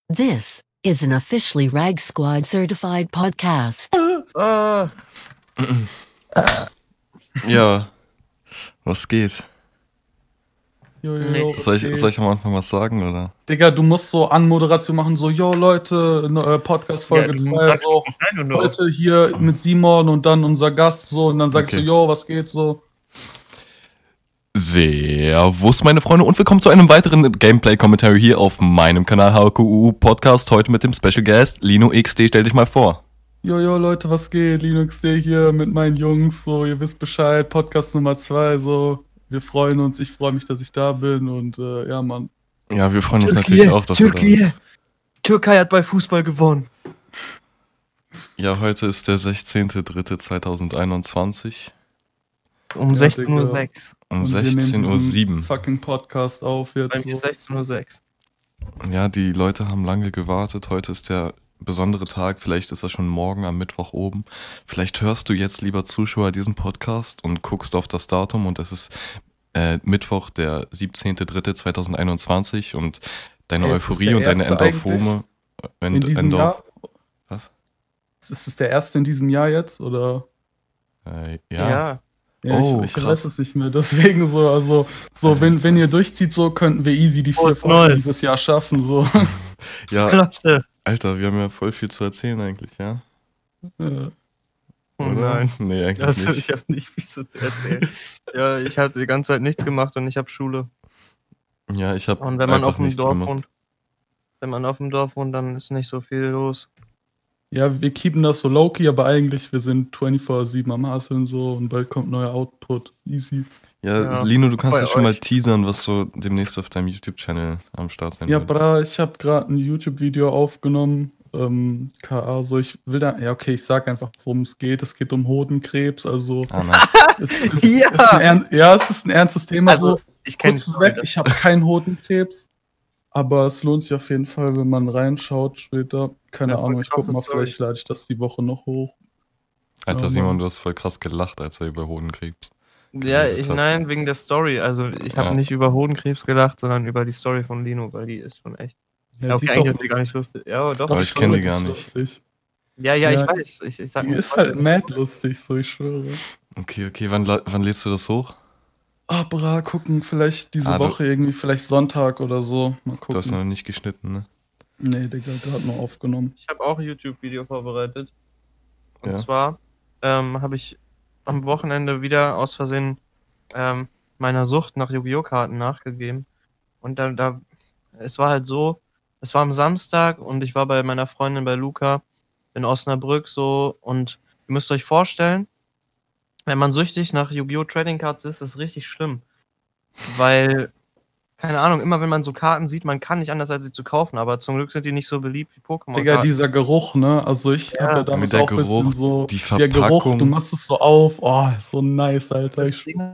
This is an officially Rag Squad certified podcast. Ja, was geht? Jo, Soll ich am Anfang was sagen, oder? Digga, du musst so Anmoderation machen, so, jo Leute, Podcast-Folge 2, so, heute hier mit Simon und dann unser Gast, so, und dann sagst du, jo, was geht, so. Servus, meine Freunde, und willkommen zu einem weiteren Gameplay-Commentary hier auf meinem Kanal HQU Podcast, heute mit dem Special Guest Lino XD, stell dich mal vor. Jo, Leute, was geht, Lino XD hier mit meinen Jungs, so, ihr wisst Bescheid, Podcast Nummer 2, so, wir freuen uns, ich freue mich, dass ich da bin und, ja, Mann. Ja, wir freuen uns natürlich auch, dass du da bist. Türkei hat bei Fußball gewonnen. Ja, heute ist der 16.03.2021. Um 16:06 Uhr. Um 16:07 Uhr. Fucking Podcast auf jetzt. Bei mir 16:06 Uhr. Ja, die Leute haben lange gewartet. Heute ist der besondere Tag. Vielleicht ist er schon morgen am Mittwoch oben. Vielleicht hörst du jetzt, lieber Zuschauer, diesen Podcast und guckst auf das Datum und es ist Mittwoch, der 17.03.2021 und deine Euphorie und deine Endorphone. In diesem Jahr? Was? Ist es der erste in diesem Jahr jetzt, oder? Ja. Ja, ich weiß es nicht mehr. Deswegen so, wenn ihr durchzieht, so könnten wir easy die 4 Folgen dieses Jahr schaffen. So. Ja, Klasse. Alter, wir haben ja voll viel zu erzählen eigentlich, ja? Ja. Oh nein. Nee, eigentlich nicht. Ich habe nicht viel zu erzählen. Ja, ich habe die ganze Zeit nichts gemacht und ich habe Schule. Ja, ich habe Und wenn man einfach auf dem nichts Dorf gemacht. wohnt, dann ist nicht so viel los. Ja, wir keepen das so low-key, aber eigentlich, wir sind 24/7 am Hasseln so und bald kommt neuer Output. Easy. Ja, Lino, du kannst bei ja schon mal euch. teasern, was so demnächst auf deinem YouTube-Channel am Start sein Ja, wird. bra, ich habe gerade ein YouTube-Video aufgenommen. KA, so, ich will da, ja, okay, ich sag einfach, worum es geht. Es geht um Hodenkrebs, also. Ah, nice. Es ist ein ernstes Thema. Also, so. ich kenne Kurz weg, ich habe keinen Hodenkrebs, aber es lohnt sich auf jeden Fall, wenn man reinschaut später. Keine Ja, voll Ahnung, ich guck krasse mal, Story. vielleicht lade ich das die Woche noch hoch. Alter, Ja, Simon, Mann. du hast voll krass gelacht, als er über Hodenkrebs. Ja, geredet hat. nein, wegen der Story. Also ich habe Ja. nicht über Hodenkrebs gelacht, sondern über die Story von Lino, weil die ist schon echt. Ja, Ja, okay, die ist eigentlich auch ist die gar nicht lustig. Ja, doch. Aber ich kenn die gar nicht. lustig. Ja, Ja, ich weiß. Ich sag Die nur, ist halt mad lustig, so, ich schwöre. Okay, wann lädst du das hoch? Ah, bra, gucken, vielleicht diese Ah, du- Woche irgendwie, vielleicht Sonntag oder so. Mal Du hast gucken. noch nicht geschnitten, ne? Nee, Digga, gerade noch aufgenommen. Ich habe auch ein YouTube-Video vorbereitet. Und Ja. zwar habe ich am Wochenende wieder aus Versehen meiner Sucht nach Yu-Gi-Oh! Karten nachgegeben. Und es war halt so, es war am Samstag und ich war bei meiner Freundin bei Luca in Osnabrück so und ihr müsst euch vorstellen, wenn man süchtig nach Yu-Gi-Oh! Trading Cards ist, ist es richtig schlimm. Weil, keine Ahnung, immer wenn man so Karten sieht, man kann nicht anders als sie zu kaufen, aber zum Glück sind die nicht so beliebt wie Pokémon. Digga, dieser Geruch, ne? Also ich habe ja damals der auch ein bisschen Geruch, so. die Der Geruch, Verpackung. du machst es so auf. Oh, so nice, Alter. Das Ding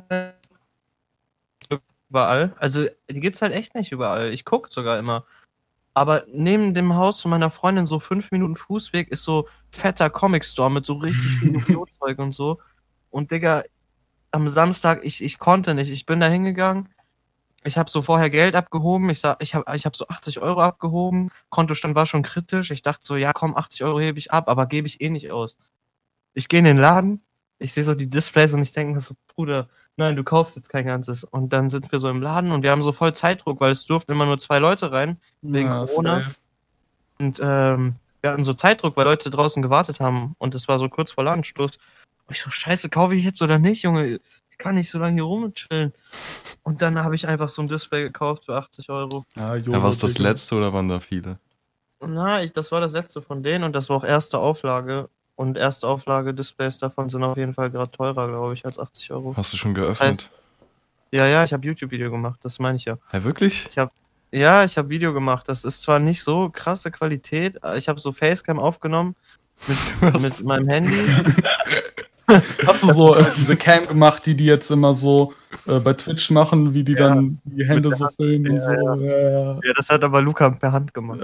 überall. Also, die gibt's halt echt nicht überall. Ich gucke sogar immer. Aber neben dem Haus von meiner Freundin, so 5 Minuten Fußweg, ist so fetter Comic-Store mit so richtig viel Yu-Gi-Oh!-Zeug und so. Und Digga, am Samstag, ich konnte nicht. Ich bin da hingegangen. Ich habe so vorher Geld abgehoben. Ich hab so 80 Euro abgehoben. Kontostand war schon kritisch. Ich dachte so, ja komm, 80 Euro hebe ich ab, aber gebe ich eh nicht aus. Ich gehe in den Laden, ich sehe so die Displays und ich denke mir so, Bruder, nein, du kaufst jetzt kein ganzes. Und dann sind wir so im Laden und wir haben so voll Zeitdruck, weil es durften immer nur 2 Leute rein, wegen Corona. safe. Und wir hatten so Zeitdruck, weil Leute draußen gewartet haben. Und es war so kurz vor Ladenschluss. Und ich so, scheiße, kaufe ich jetzt oder nicht, Junge? Ich kann nicht so lange hier rumchillen. Und dann habe ich einfach so ein Display gekauft für 80 Euro. Ja, Ja, war es das Digga. letzte oder waren da viele? Na, das war das letzte von denen und das war auch erste Auflage. Und erste Auflage-Displays davon sind auf jeden Fall gerade teurer, glaube ich, als 80 Euro. Hast du schon geöffnet? Ja, ich habe YouTube-Video gemacht, das meine ich ja. Ja, wirklich? Ich habe Video gemacht. Das ist zwar nicht so krasse Qualität, ich habe so Facecam aufgenommen mit meinem Handy. Hast du so diese Cam gemacht, die jetzt immer so bei Twitch machen, wie die dann die Hände der so Hand. filmen und Ja, so? Ja. Ja, das hat aber Luca per Hand gemacht.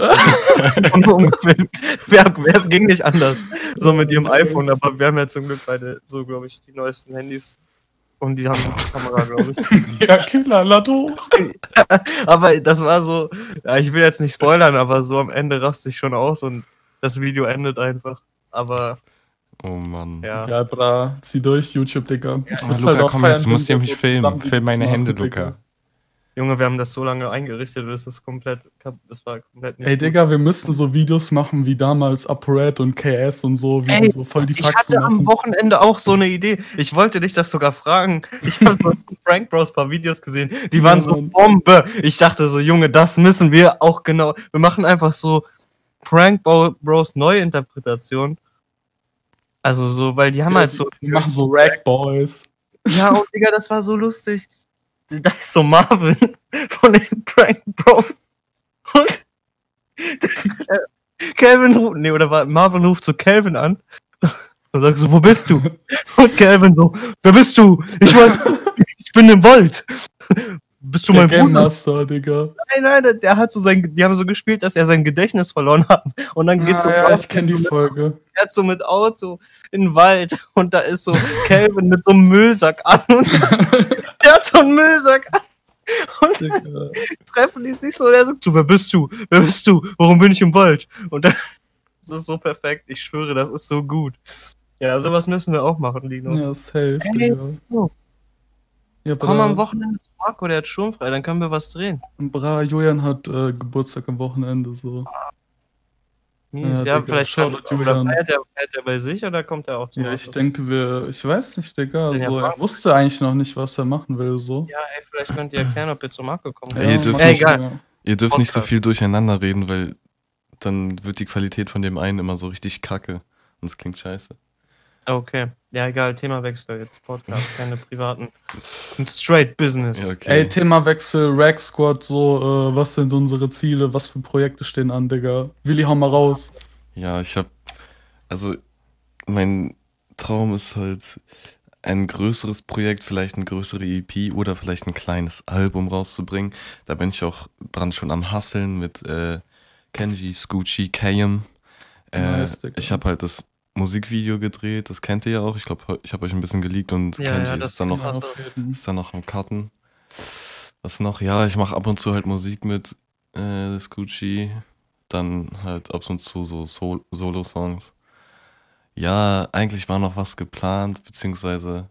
Es ging nicht anders. So mit ihrem iPhone, aber wir haben ja zum Glück beide so, glaube ich, die neuesten Handys. und die haben die Kamera, glaube ich. Ja, Killer, lad hoch. Aber das war so, ja, ich will jetzt nicht spoilern, aber so am Ende raste ich schon aus und das Video endet einfach. Aber Oh Mann. ja. Ja, bra, zieh durch, YouTube, Digga. Ich Ah, würd's Luca, halt auch komm jetzt, feiern, du musst wenn ja wir mich so filmen. zusammen Film meine Videos Hände, machen, Luca. Digga. Junge, wir haben das so lange eingerichtet, das ist komplett, das war komplett nicht Ey, gut. Digga, wir müssten so Videos machen wie damals ApoRed und KS und so, wie die so voll die Ich Faxen hatte am machen. Wochenende auch so eine Idee. Ich wollte dich das sogar fragen. Ich habe so Prank Bros paar Videos gesehen. Die waren Ja, so Mann. Bombe. Ich dachte so, Junge, das müssen wir auch genau. Wir machen einfach so Prank Bros Neuinterpretation. Also so, weil die haben halt so. Wir machen so Rag Boys. Ja, und Digga, das war so lustig. Da ist so Marvin von den Prank Bros. Und Calvin ruft, nee, oder war Marvin ruft so Calvin an und sagt so, wo bist du? Und Calvin so, wer bist du? Ich weiß, ich bin im Wald. Bist du Der mein Game Bruder? Master, Digga. Nein, der hat so die haben so gespielt, dass er sein Gedächtnis verloren hat. Und dann geht's so, Ja, ich kenne die Folge. er hat so mit Auto in den Wald und da ist so Calvin mit so einem Müllsack an und er hat so einen Müllsack an. Und Digga. treffen die sich so und er sagt so, wer bist du? Wer bist du? Warum bin ich im Wald? Und dann, das ist so perfekt, ich schwöre, das ist so gut. Ja, sowas müssen wir auch machen, Lino. Ja, safe, Ey, Digga. so. Ja, Komm am bra, Wochenende zu Marco, der hat sturmfrei, dann können wir was drehen. bra, Julian hat Geburtstag am Wochenende, so. Mies. Ja, Ja, Digga, vielleicht Shoutout oder Julian. feiert er bei sich oder kommt er auch zu Ja, Marco? ich denke, ich weiß nicht, Digga, Ja, also er Frankfurt. wusste eigentlich noch nicht, was er machen will, so. Ja, ey, vielleicht könnt ihr erklären, ob ihr zu Marco kommt. Ey, ihr dürft mach nicht- ich, egal. ja. Ihr dürft nicht so Podcast. viel durcheinander reden, weil dann wird die Qualität von dem einen immer so richtig kacke. Und es klingt scheiße. Okay, ja, egal, Themawechsel jetzt, Podcast, keine privaten. Ein straight Business. Ja, okay. Ey, Themawechsel, Rag Squad, so, was sind unsere Ziele, was für Projekte stehen an, Digga? Willi, hau mal raus. Ja, also mein Traum ist halt ein größeres Projekt, vielleicht eine größere EP oder vielleicht ein kleines Album rauszubringen. Da bin ich auch dran schon am Hustlen mit Kenji, Scoochie, Kayem. Nice, Digga. Ich habe halt das Musikvideo gedreht, das kennt ihr ja auch. Ich glaube, ich habe euch ein bisschen geleakt und Ja, Kenji ja, das ist dann noch kennt man. Auf jeden. ist dann noch am Cutten. Was noch? Ja, ich mache ab und zu halt Musik mit Scoochie. Dann halt ab und zu so Solo-Songs. Ja, eigentlich war noch was geplant, beziehungsweise.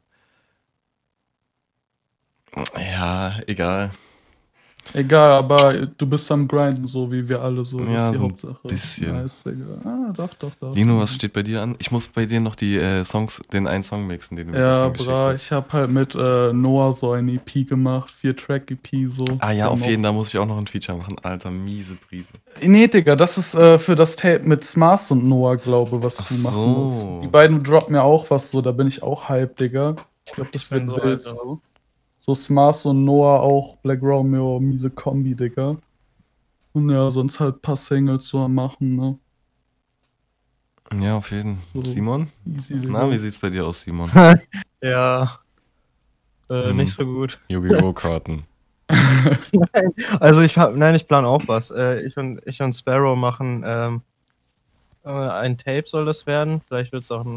Ja, egal. Egal, aber du bist am Grinden, so wie wir alle, so. Das Ja, ist die so ein Hauptsache. bisschen. Nice, Digga. Ah, doch. Lino, was steht bei dir an? Ich muss bei dir noch die Songs, den einen Song mixen, den du mir Ja, gestern geschickt bra, hast. ich hab halt mit Noah so eine EP gemacht, 4-Track-EP, so. Ah ja, Wir auf haben jeden, da muss ich auch noch ein Feature machen. Alter, miese Prise. Nee, Digga, das ist für das Tape mit Smars und Noah, glaube was Ach du machen so. musst. Die beiden droppen mir auch was, so, da bin ich auch hype, Digga. Ich glaube, das Ich bin wird so wild. alt, So. So Smars und Noah auch, Black Romeo, miese Kombi, Digga. Und ja, sonst halt ein paar Singles so am machen, ne? Ja, auf jeden. So. Simon? Easy, Digga. Na, wie sieht's bei dir aus, Simon? Ja, Hm. nicht so gut. Yu-Gi-Oh! Karten. Also ich plane auch was. Ich und Sparrow machen ein Tape soll das werden. Vielleicht wird es auch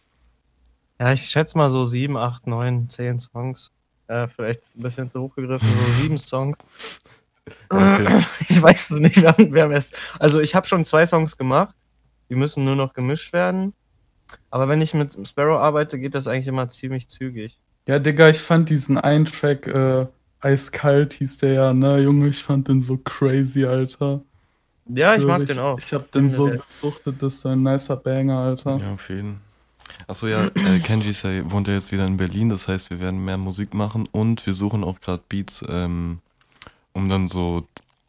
ja, ich schätze mal so 7, 8, 9, 10 Songs. Vielleicht ist ein bisschen zu hoch gegriffen, so 7 Songs. Okay. Ich weiß es nicht, wir haben erst. Also ich habe schon 2 Songs gemacht. Die müssen nur noch gemischt werden. Aber wenn ich mit Sparrow arbeite, geht das eigentlich immer ziemlich zügig. Ja, Digga, ich fand diesen einen Track, Eiskalt hieß der ja, ne? Junge, ich fand den so crazy, Alter. Ja, ich mag den auch. Ich hab den so Der- gesuchtet, das ist ein nicer Banger, Alter. Ja, auf jeden. Achso, ja, Kenji wohnt ja jetzt wieder in Berlin, das heißt, wir werden mehr Musik machen und wir suchen auch gerade Beats, um dann so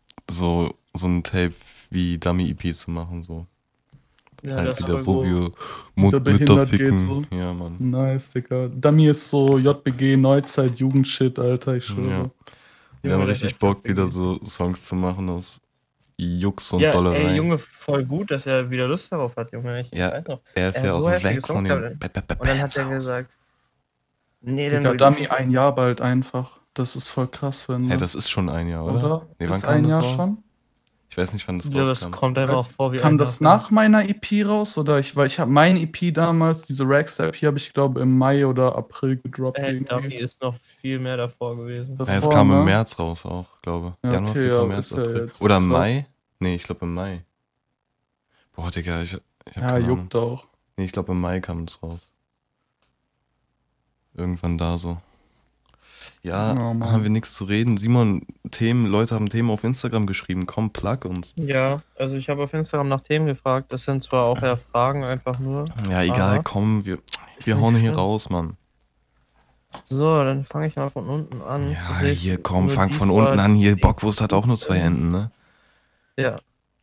ein Tape wie Dummy-EP zu machen, so. Ja, Halt das ist wieder, voll wo gut. wir Wieder Mütter behindert ficken. geht, so. Ja, Mann. Nice, Digga. Dummy ist so JBG, Neuzeit, Jugendshit, Alter, ich schwöre. Ja. Wir Junge, haben das ist richtig echt Bock, heftig. wieder so Songs zu machen aus Jux und Ja, Dollerei. ey, Junge, voll gut, dass er wieder Lust darauf hat, Junge. Ich Ja, weiß noch. Er ist er ja hat so auch heftige weg Songs von gehabt. dem Und dann hat er gesagt, nee, dann Digga, release Dummy ich ein Jahr bald einfach. Das ist voll krass, wenn Hey, das ist schon ein Jahr, oder? oder? Nee, wann Ist kam ein das Jahr raus? schon? Ich weiß nicht, wann das Ja, das rauskam. kommt einem auch vor wie Kam ein das Nachricht. nach meiner EP raus? Oder weil ich habe mein EP damals, diese Ragstar-EP, habe ich glaube im Mai oder April gedroppt. Dummy ist noch viel mehr davor gewesen. Ja, es kam im März raus auch, glaube ich. Ja, Januar, okay, Februar, ja, März, ist ja April. jetzt Oder im krass. Mai? Nee, ich glaube im Mai. Boah, Digga, ich hab Ja, keine Ahnung. juckt auch. Nee, ich glaube im Mai kam es raus. Irgendwann da so. Ja, Oh, Mann. haben wir nichts zu reden. Simon, Leute haben Themen auf Instagram geschrieben. Komm, plug uns. Ja, also ich habe auf Instagram nach Themen gefragt. Das sind zwar auch eher Fragen einfach nur. Ja, egal, Aha. komm, wir Ist hauen nicht hier schlimm. raus, Mann. So, dann fange ich mal von unten an. Ja, Richtig hier, komm, nur fang die von unten an. Hier, Fragen, Bockwurst hat auch nur 2 Händen, ne? Ja.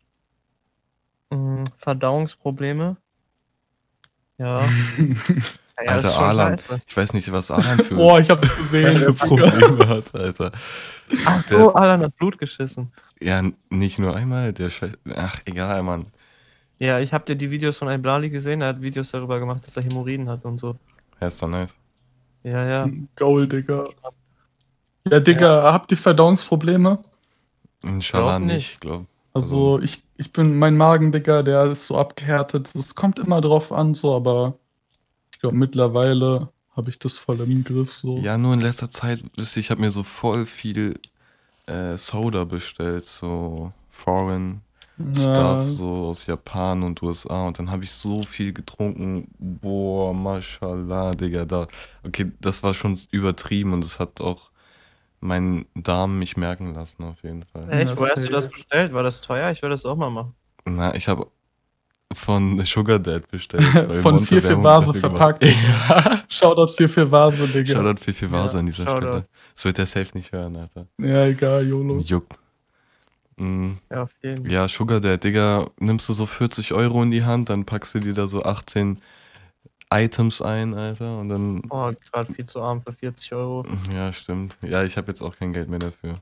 Verdauungsprobleme. Ja. Ja, Alter, ist schon Alan. scheiße. Ich weiß nicht, was Alan für, Boah, ich hab's gesehen. für Probleme hat, Alter. Ach so, Alan hat Blut geschissen. Ja, nicht nur einmal, der Scheiß. Ach, egal, Mann. Ja, ich habe dir die Videos von Iblali gesehen. Er hat Videos darüber gemacht, dass er Hämorrhoiden hat und so. Ja, ist doch nice. Ja, ja. Gold, Digga. Ja, Digga, habt ihr Verdauungsprobleme? Inshallah Glaub nicht. nicht, glaub. Also, ich bin, mein Magen, Digga, der ist so abgehärtet. Es kommt immer drauf an, so, aber ich glaube, mittlerweile habe ich das voll im Griff, so. Ja, nur in letzter Zeit, wisst ihr, ich habe mir so voll viel Soda bestellt, so Foreign Stuff, so aus Japan und USA. Und dann habe ich so viel getrunken. Boah, mashallah, Digga, da. Okay, das war schon übertrieben und das hat auch meinen Darm mich merken lassen, auf jeden Fall. Echt? Ja, Wo hast du safe. das bestellt? War das teuer? Ich will das auch mal machen. Na, ich habe von Sugar Dad bestellt. weil Von Monte 4 Werbung Vase dafür gemacht. verpackt. Ja. Shoutout 4 Vase, Digga. Shoutout für Vase Ja, an dieser Shoutout. Stelle. Das wird der safe nicht hören, Alter. Ja, egal, YOLO. Juckt. Ja, auf jeden Fall. Ja, Sugar Dad, Digga, nimmst du so 40 Euro in die Hand, dann packst du dir da so 18 Items ein, Alter, und dann, Oh, gerade viel zu arm für 40 Euro. ja, stimmt. Ja, ich habe jetzt auch kein Geld mehr dafür.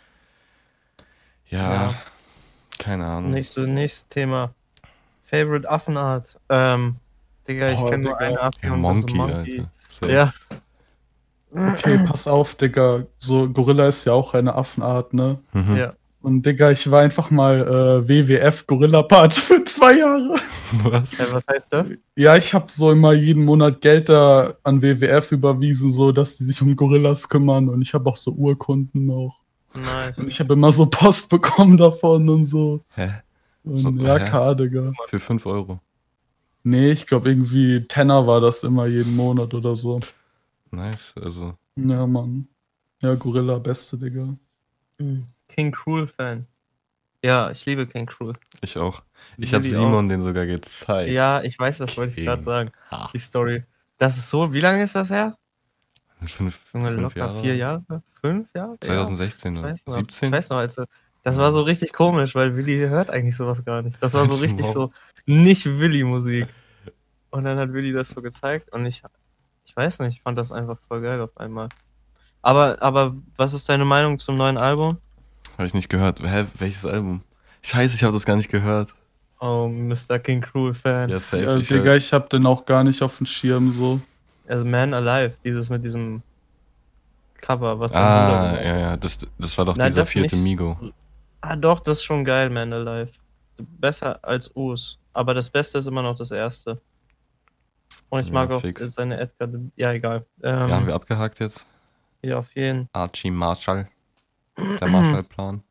Ja, Ja. keine Ahnung. Nächstes Thema. Favorite Affenart. Digga, ich Boah, kenne nur Digga. eine Affe Ja, und Monkey, das ist Monkey. Alter. Safe. Ja. Okay, pass auf, Digga. So, Gorilla ist ja auch eine Affenart, ne? Mhm. Ja. Und Digga, ich war einfach mal WWF Gorilla-Pate für 2 Jahre. Was? Was heißt das? Ja, ich habe so immer jeden Monat Geld da an WWF überwiesen, so dass die sich um Gorillas kümmern. Und ich habe auch so Urkunden noch. Nice. Und ich habe immer so Post bekommen davon und so. Hä? Und So, ja, hä? Digga. Für 5 Euro. Nee, ich glaube irgendwie Tenner war das immer jeden Monat oder so. Nice, also. Ja, Mann. Ja, Gorilla, beste, Digga. King Cruel Fan. Ja, ich liebe King Cruel. Ich auch. Ich habe Willi Simon den sogar gezeigt. Ja, ich weiß, das wollte ich gerade King. sagen. Ah. Die Story. Das ist so, wie lange ist das her? 5 Junge, locker Jahre. 4 Jahre? 5 Jahre? 2016 Ja, oder ich weiß noch. 17? Ich weiß noch, also, das war so richtig komisch, weil Willi hört eigentlich sowas gar nicht. Das war so Weißt du richtig warum? so nicht Willi-Musik. Und dann hat Willi das so gezeigt und ich weiß nicht, ich fand das einfach voll geil auf einmal. Aber was ist deine Meinung zum neuen Album? Habe ich nicht gehört. Hä, welches Album? Scheiße, ich habe das gar nicht gehört. Oh, Mr. King Cruel Fan. Ja, safe. Ja, ich Digga, ich hab den auch gar nicht auf dem Schirm so. Also Man Alive, dieses mit diesem Cover, was sein Bruder Ah, gemacht hat. ja, das war doch Nein, dieser das 4. nicht. Migo. Ah, doch, das ist schon geil, Man Alive. Besser als Us. Aber das Beste ist immer noch das erste. Und ich Ja, mag auch fix. seine Edgar. Ja, egal. Ja, haben wir abgehakt jetzt. Ja, auf jeden. Archie Marshall. Der Marshallplan.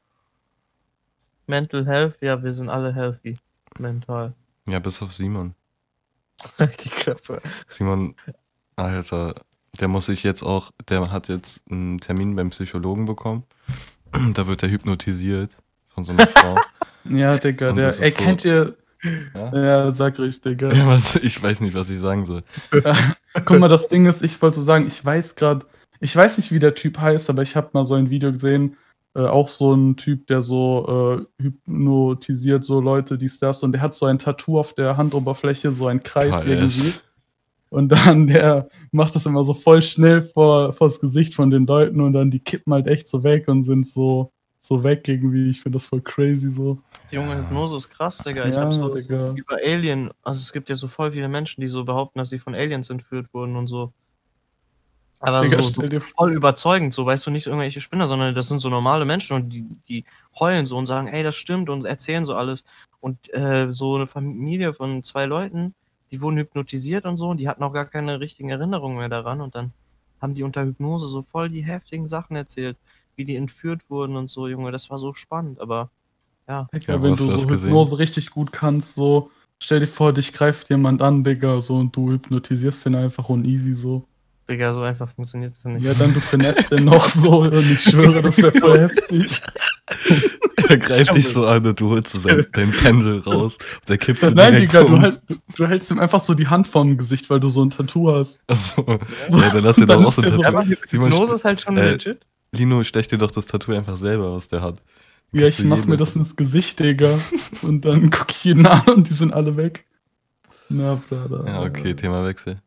Mental Health, ja, wir sind alle healthy. Mental. Ja, bis auf Simon. Die Klappe. Simon, Alter, der muss sich jetzt auch, der hat jetzt einen Termin beim Psychologen bekommen. Da wird er hypnotisiert von so einer Frau. Ja, Digga, Und der. das ist Ey, so- kennt ihr. Ja? Ja, sag richtig, Digga. Ja, ich weiß nicht, was ich sagen soll. Guck mal, das Ding ist, ich wollte so sagen, ich weiß nicht, wie der Typ heißt, aber ich habe mal so ein Video gesehen, auch so ein Typ, der so hypnotisiert so Leute, dies, das, und der hat so ein Tattoo auf der Handoberfläche, so ein Kreis irgendwie. KS. Und dann der macht das immer so voll schnell vors Gesicht von den Leuten und dann die kippen halt echt so weg und sind so weg irgendwie. Ich finde das voll crazy so. Die junge Hypnose ist krass, Digga. Ich Ja, hab so Digga. über Alien, also es gibt ja so voll viele Menschen, die so behaupten, dass sie von Aliens entführt wurden und so. Aber Digga, so stell dir vor. voll überzeugend, so, weißt du, nicht irgendwelche Spinner, sondern das sind so normale Menschen und die heulen so und sagen, ey, das stimmt und erzählen so alles. Und so eine Familie von 2 Leuten, die wurden hypnotisiert und so und die hatten auch gar keine richtigen Erinnerungen mehr daran und dann haben die unter Hypnose so voll die heftigen Sachen erzählt, wie die entführt wurden und so, Junge, das war so spannend, aber ja, Digga, Ja, wo wenn hast du du das so gesehen? Hypnose richtig gut kannst, so, stell dir vor, dich greift jemand an, Digga, so, und du hypnotisierst den einfach und easy so. Digga, so einfach funktioniert das nicht. Ja, dann du finesse den noch so und ich schwöre, das wäre voll heftig. Er greift dich so an und du holst so dein Pendel raus. Und der kippt so Nein, direkt Digga, um. du hältst ihm einfach so die Hand vorm Gesicht, weil du so ein Tattoo hast. Achso. Ja, dann lass dir Dann doch auch ist so ein der so- Tattoo. Aber Simon, Hypnose ist halt schon legit. Lino, stech dir doch das Tattoo einfach selber aus der Hand. Ja, ich mach mir das ins Gesicht, Digga. Und dann guck ich jeden an und die sind alle weg. Na, Bruder. Ja, okay, Themawechsel.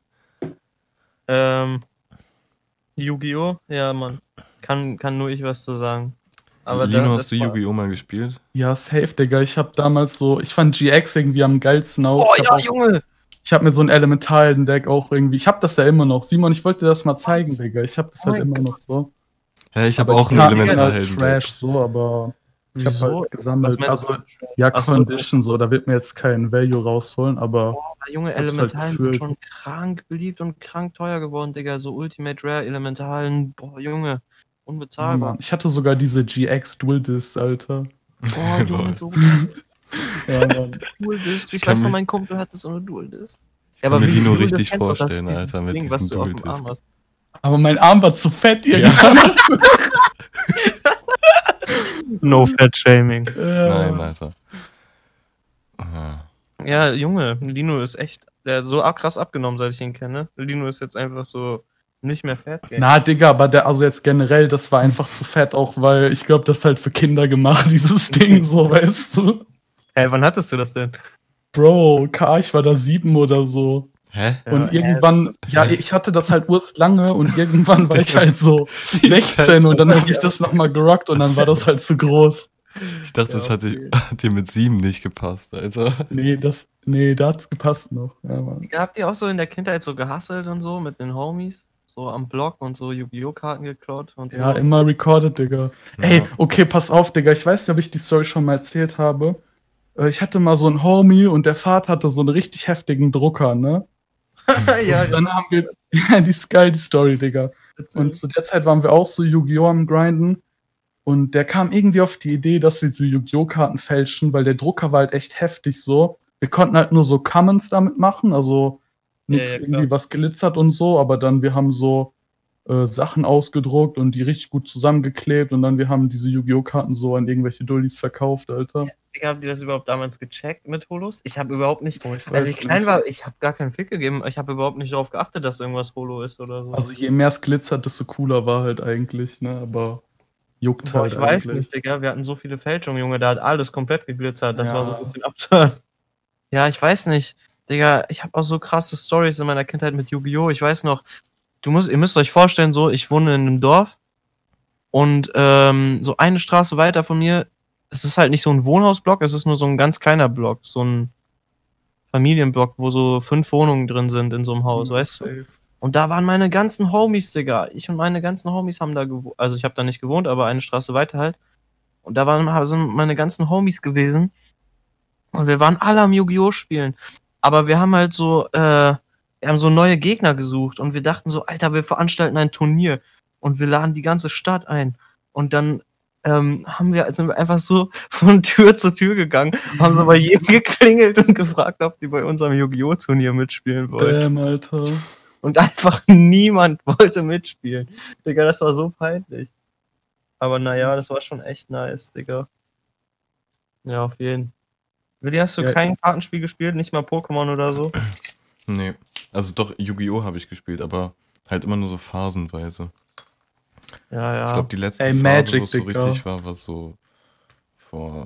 Yu-Gi-Oh! Ja, Mann. Kann nur ich was zu sagen. Aber Lino, das hast du war- Yu-Gi-Oh! Mal gespielt? Ja, safe, Digga. Ich hab damals so, ich fand GX irgendwie am geilsten auch. Oh ich ja, hab auch, Junge! ich hab mir so ein Elemental-Deck auch irgendwie, ich hab das ja immer noch. Simon, ich wollte dir das mal zeigen, Digga. Ich hab das Oh halt mein immer Gott. noch so. Ja, ich habe Aber auch die ein Karten sind halt Elementarhelden. Trash so, aber ich hab Wieso? halt gesammelt. Was meinst Also, du? ja, Ach so. Condition so, da wird mir jetzt kein Value rausholen, aber Junge, Ich hab's halt Elementalen sind gefühlt. schon krank beliebt und krank teuer geworden, Digga. So Ultimate Rare Elementalen. Boah, Junge. ja, Unbezahlbar. Mann. Ich hatte sogar diese GX Dual Disc, Alter. Boah, Junge, Lol. so Ja, Mann. Dual Disc. Ich Ich kann weiß noch, mich- mein Kumpel hatte so eine Dual Disc. Ich kann mir wie Lino Dual Disc richtig kennst du doch, vorstellen, dieses Alter, mit Ding, was diesem du auf dem Dual Arm Disc. hast. Aber mein Arm war zu fett Ja. irgendwann. No Fat Shaming. Nein, Alter. Ah. Ja, Junge, Lino ist echt, der hat so krass abgenommen, seit ich ihn kenne. Lino ist jetzt einfach so nicht mehr fett. Na, Digga, aber also jetzt generell, das war einfach zu fett, auch weil ich glaube, das ist halt für Kinder gemacht, dieses Ding, so, weißt du? Wann hattest du das denn? Bro, ich war da 7 oder so. Hä? Und irgendwann, ja, ich hatte das halt urst lange und irgendwann war ich halt so 16 und dann habe ich das nochmal gerockt und dann war das halt zu groß. Ich dachte, das hat dir mit 7 nicht gepasst, Alter. Nee, da hat's gepasst noch. Ja, Mann. Habt ihr auch so in der Kindheit so gehustelt und so mit den Homies? So am Block und so Yu-Gi-Oh! Karten geklaut und so? Ja, immer recorded, Digga. Ja. Ey, okay, pass auf, Digga. Ich weiß nicht, ob ich die Story schon mal erzählt habe. Ich hatte mal so einen Homie und der Vater hatte so einen richtig heftigen Drucker, ne? ja, Dann haben wir, ja, die ist geil, die Story, Digga. Und zu der Zeit waren wir auch so Yu-Gi-Oh! Am Grinden. Und der kam irgendwie auf die Idee, dass wir so Yu-Gi-Oh! Karten fälschen, weil der Drucker war halt echt heftig so. Wir konnten halt nur so Commons damit machen, also nichts Ja, klar. irgendwie was glitzert und so, aber dann wir haben so Sachen ausgedruckt und die richtig gut zusammengeklebt und dann wir haben diese Yu-Gi-Oh! Karten so an irgendwelche Dullis verkauft, Alter. Habt ihr das überhaupt damals gecheckt mit Holos? Ich habe überhaupt nicht, Oh, ich als weiß ich klein nicht. war, ich habe gar keinen Fick gegeben. Ich habe überhaupt nicht darauf geachtet, dass irgendwas Holo ist oder so. Also je mehr es glitzert, desto cooler war halt eigentlich, ne? Aber juckt Boah, halt ich weiß eigentlich. nicht, Digga. Wir hatten so viele Fälschungen, Junge. Da hat alles komplett geglitzert. Das Ja. war so ein bisschen abturn. Ja, ich weiß nicht. Digga, ich habe auch so krasse Stories in meiner Kindheit mit Yu-Gi-Oh! Ich weiß noch, ihr müsst euch vorstellen, so, ich wohne in einem Dorf und so eine Straße weiter von mir, es ist halt nicht so ein Wohnhausblock, es ist nur so ein ganz kleiner Block, so ein Familienblock, wo so 5 Wohnungen drin sind in so einem Haus, weißt du? Safe. Und da waren meine ganzen Homies, Digga. Ich und meine ganzen Homies haben da gewohnt. Also ich habe da nicht gewohnt, aber eine Straße weiter halt. Und da sind meine ganzen Homies gewesen. Und wir waren alle am Yu-Gi-Oh! Spielen. Aber wir haben halt so, wir haben so neue Gegner gesucht. Und wir dachten so, Alter, wir veranstalten ein Turnier. Und wir laden die ganze Stadt ein. Und dann sind wir einfach so von Tür zu Tür gegangen, haben so bei jedem geklingelt und gefragt, ob die bei unserem Yu-Gi-Oh! Turnier mitspielen wollen. Damn, Alter. Und einfach niemand wollte mitspielen. Digga, das war so peinlich. Aber naja, das war schon echt nice, Digga. Ja, auf jeden. Willi, hast du Ja. kein Kartenspiel gespielt? Nicht mal Pokémon oder so? Nee. Also doch, Yu-Gi-Oh! Habe ich gespielt, aber halt immer nur so phasenweise. Ja, ja. Ich glaube, die letzte Ey, Phase, Magic, wo es so Digga. richtig war so vor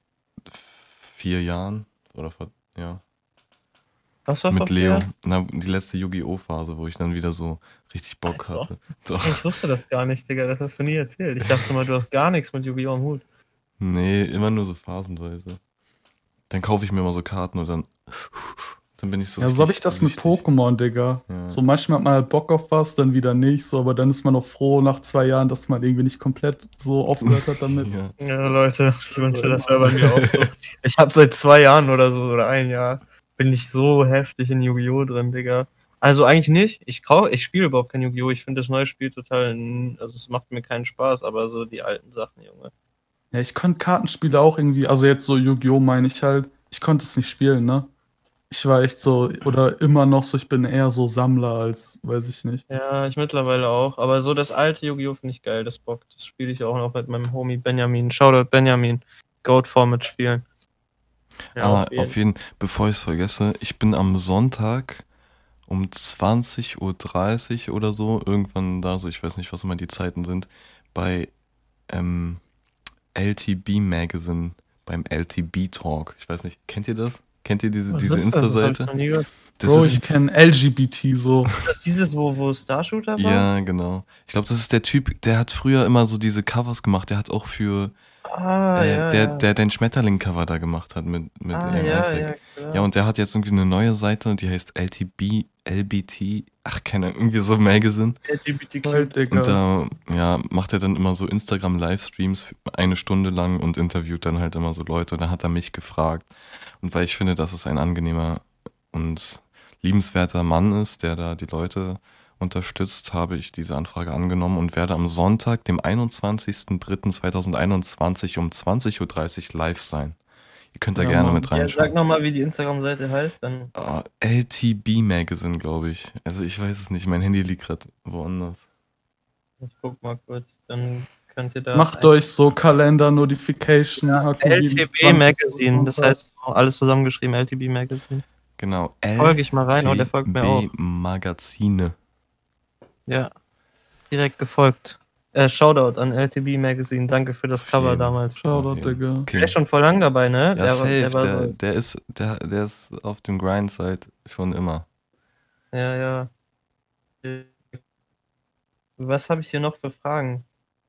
4 Jahren oder vor, ja, Was war mit vor Leo. 4 Jahren? Na, die letzte Yu-Gi-Oh! Phase, wo ich dann wieder so richtig Bock Alter. hatte. Doch. Ich wusste das gar nicht, Digga. Das hast du nie erzählt. Ich dachte mal, du hast gar nichts mit Yu-Gi-Oh! am Hut. Nee, immer nur so phasenweise. Dann kaufe ich mir mal so Karten und dann Dann bin ich so Ja, so habe ich richtig das mit süchtig. Pokémon, Digga. Ja. So manchmal hat man halt Bock auf was, dann wieder nicht, so, aber dann ist man auch froh nach 2 Jahren, dass man irgendwie nicht komplett so aufgehört hat damit. Ja. Ja, Leute, ich wünsche, das wäre bei mir auch so. Ich habe seit 2 Jahren oder so, oder 1 Jahr, bin ich so heftig in Yu-Gi-Oh! Drin, Digga. Also eigentlich nicht. Ich spiele überhaupt kein Yu-Gi-Oh! Ich finde das neue Spiel total, also es macht mir keinen Spaß, aber so die alten Sachen, Junge. Ja, ich konnte Kartenspiele auch irgendwie, also jetzt so Yu-Gi-Oh! Meine ich halt, ich konnte es nicht spielen, ne? Ich war echt so, oder immer noch so, ich bin eher so Sammler als, weiß ich nicht. Ja, ich mittlerweile auch, aber so das alte Yu-Gi-Oh! Finde ich geil, das bockt. Das spiele ich auch noch mit meinem Homie Benjamin. Shoutout Benjamin. Goat Format spielen. Ja, Aber auf jeden Fall, bevor ich es vergesse, ich bin am Sonntag um 20:30 Uhr oder so, irgendwann da, so ich weiß nicht, was immer die Zeiten sind, bei LTB Magazine, beim LTB Talk. Ich weiß nicht, kennt ihr das? Kennt ihr diese Insta-Seite? Das Bro, ist, ich kenne LGBT so. Ist das dieses, wo Starshooter war? ja, genau. Ich glaube, das ist der Typ, der hat früher immer so diese Covers gemacht. Der hat auch für Ja. der den Schmetterling-Cover da gemacht hat mit Ja, Isaac. klar. Ja, und der hat jetzt irgendwie eine neue Seite, die heißt LBT, ach, keine Ahnung, irgendwie so Magazine. LGBTQ. Digga. Und da macht er dann immer so Instagram-Livestreams 1 Stunde lang und interviewt dann halt immer so Leute. Und da hat er mich gefragt. Und weil ich finde, dass es ein angenehmer und liebenswerter Mann ist, der da die Leute unterstützt, habe ich diese Anfrage angenommen und werde am Sonntag, dem 21.03.2021 um 20:30 Uhr live sein. Ihr könnt da Ja, gerne Mann. mit Ja, sag reinschauen. nochmal, wie die Instagram-Seite heißt, dann. LTB Magazine, glaube ich. Also ich weiß es nicht, mein Handy liegt gerade woanders. Ich guck mal kurz, dann könnt ihr da. Macht euch so Kalender-Notification. LTB Magazine, das heißt alles zusammengeschrieben, LTB Magazine. Genau, Folge ich mal rein, oh, der folgt mir auch. LTB Magazine. Ja, direkt gefolgt. Shoutout an LTB Magazine, danke für das Cover Okay. damals. Shoutout, Okay. Digga. Okay. Der ist schon voll lang dabei, ne? Ja, safe. war so, Der ist auf dem Grind seit schon immer. ja. Was habe ich hier noch für Fragen?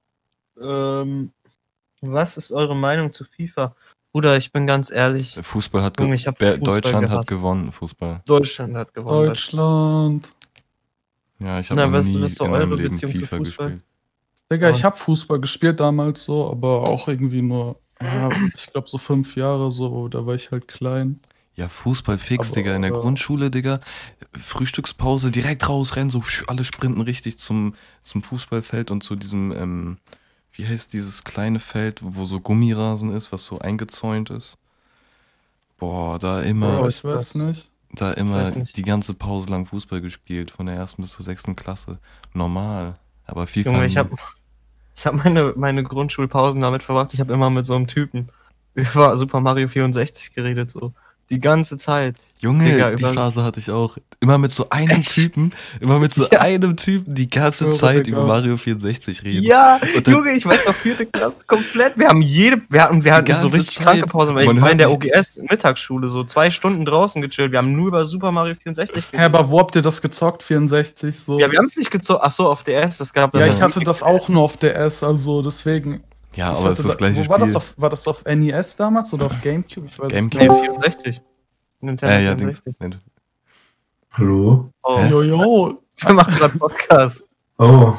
Was ist eure Meinung zu FIFA? Bruder, ich bin ganz ehrlich, Fußball hat Junge, ich hab Fußball Deutschland hat gehasst. gewonnen, Fußball. Deutschland hat gewonnen. Deutschland. Ja, ich Na, habe noch was nie ist so in meinem eure Leben Beziehung zu FIFA Fußball? gespielt. Digga, Und- ich hab Fußball gespielt damals so, aber auch irgendwie nur, ja, ich glaube so 5 Jahre so, da war ich halt klein. Ja, Fußball fix, Aber, Digga. In der ja. Grundschule, Digga. Frühstückspause, direkt rausrennen, so alle sprinten richtig zum Fußballfeld und zu diesem, wie heißt dieses kleine Feld, wo so Gummirasen ist, was so eingezäunt ist. Boah, da immer, Bro, ich weiß nicht. weiß nicht. die ganze Pause lang Fußball gespielt, von der 1. bis zur 6. Klasse. Normal. Aber FIFA. Junge, ich nie. hab meine Grundschulpausen damit verbracht. Ich habe immer mit so einem Typen über Super Mario 64 geredet, so. Die ganze Zeit. Junge, Digga, die über- Phase hatte ich auch. Immer mit so einem Typen, die ganze Ja, Zeit Digga. über Mario 64 reden. Ja, Und dann- Junge, ich weiß noch, 4. Klasse komplett. Wir hatten so ganze richtig Zeit. kranke Pausen, weil Man ich war in der hört OGS Mittagsschule, so 2 Stunden draußen gechillt. Wir haben nur über Super Mario 64 Hä, aber wo habt ihr das gezockt, 64 so? Ja, wir haben es nicht gezockt. Ach so, auf DS, das gab Ja, das ich hatte das auch nur auf DS, also deswegen. Ja, ich aber es hatte ist das gleiche wo war Spiel. war das auf NES damals oder auf GameCube? Ich weiß GameCube. Nee, es nicht. 64. Nintendo Ja, 64. Dings. Nee. Hallo? Oh, Hä? Jojo. wir machen gerade Podcast. Oh.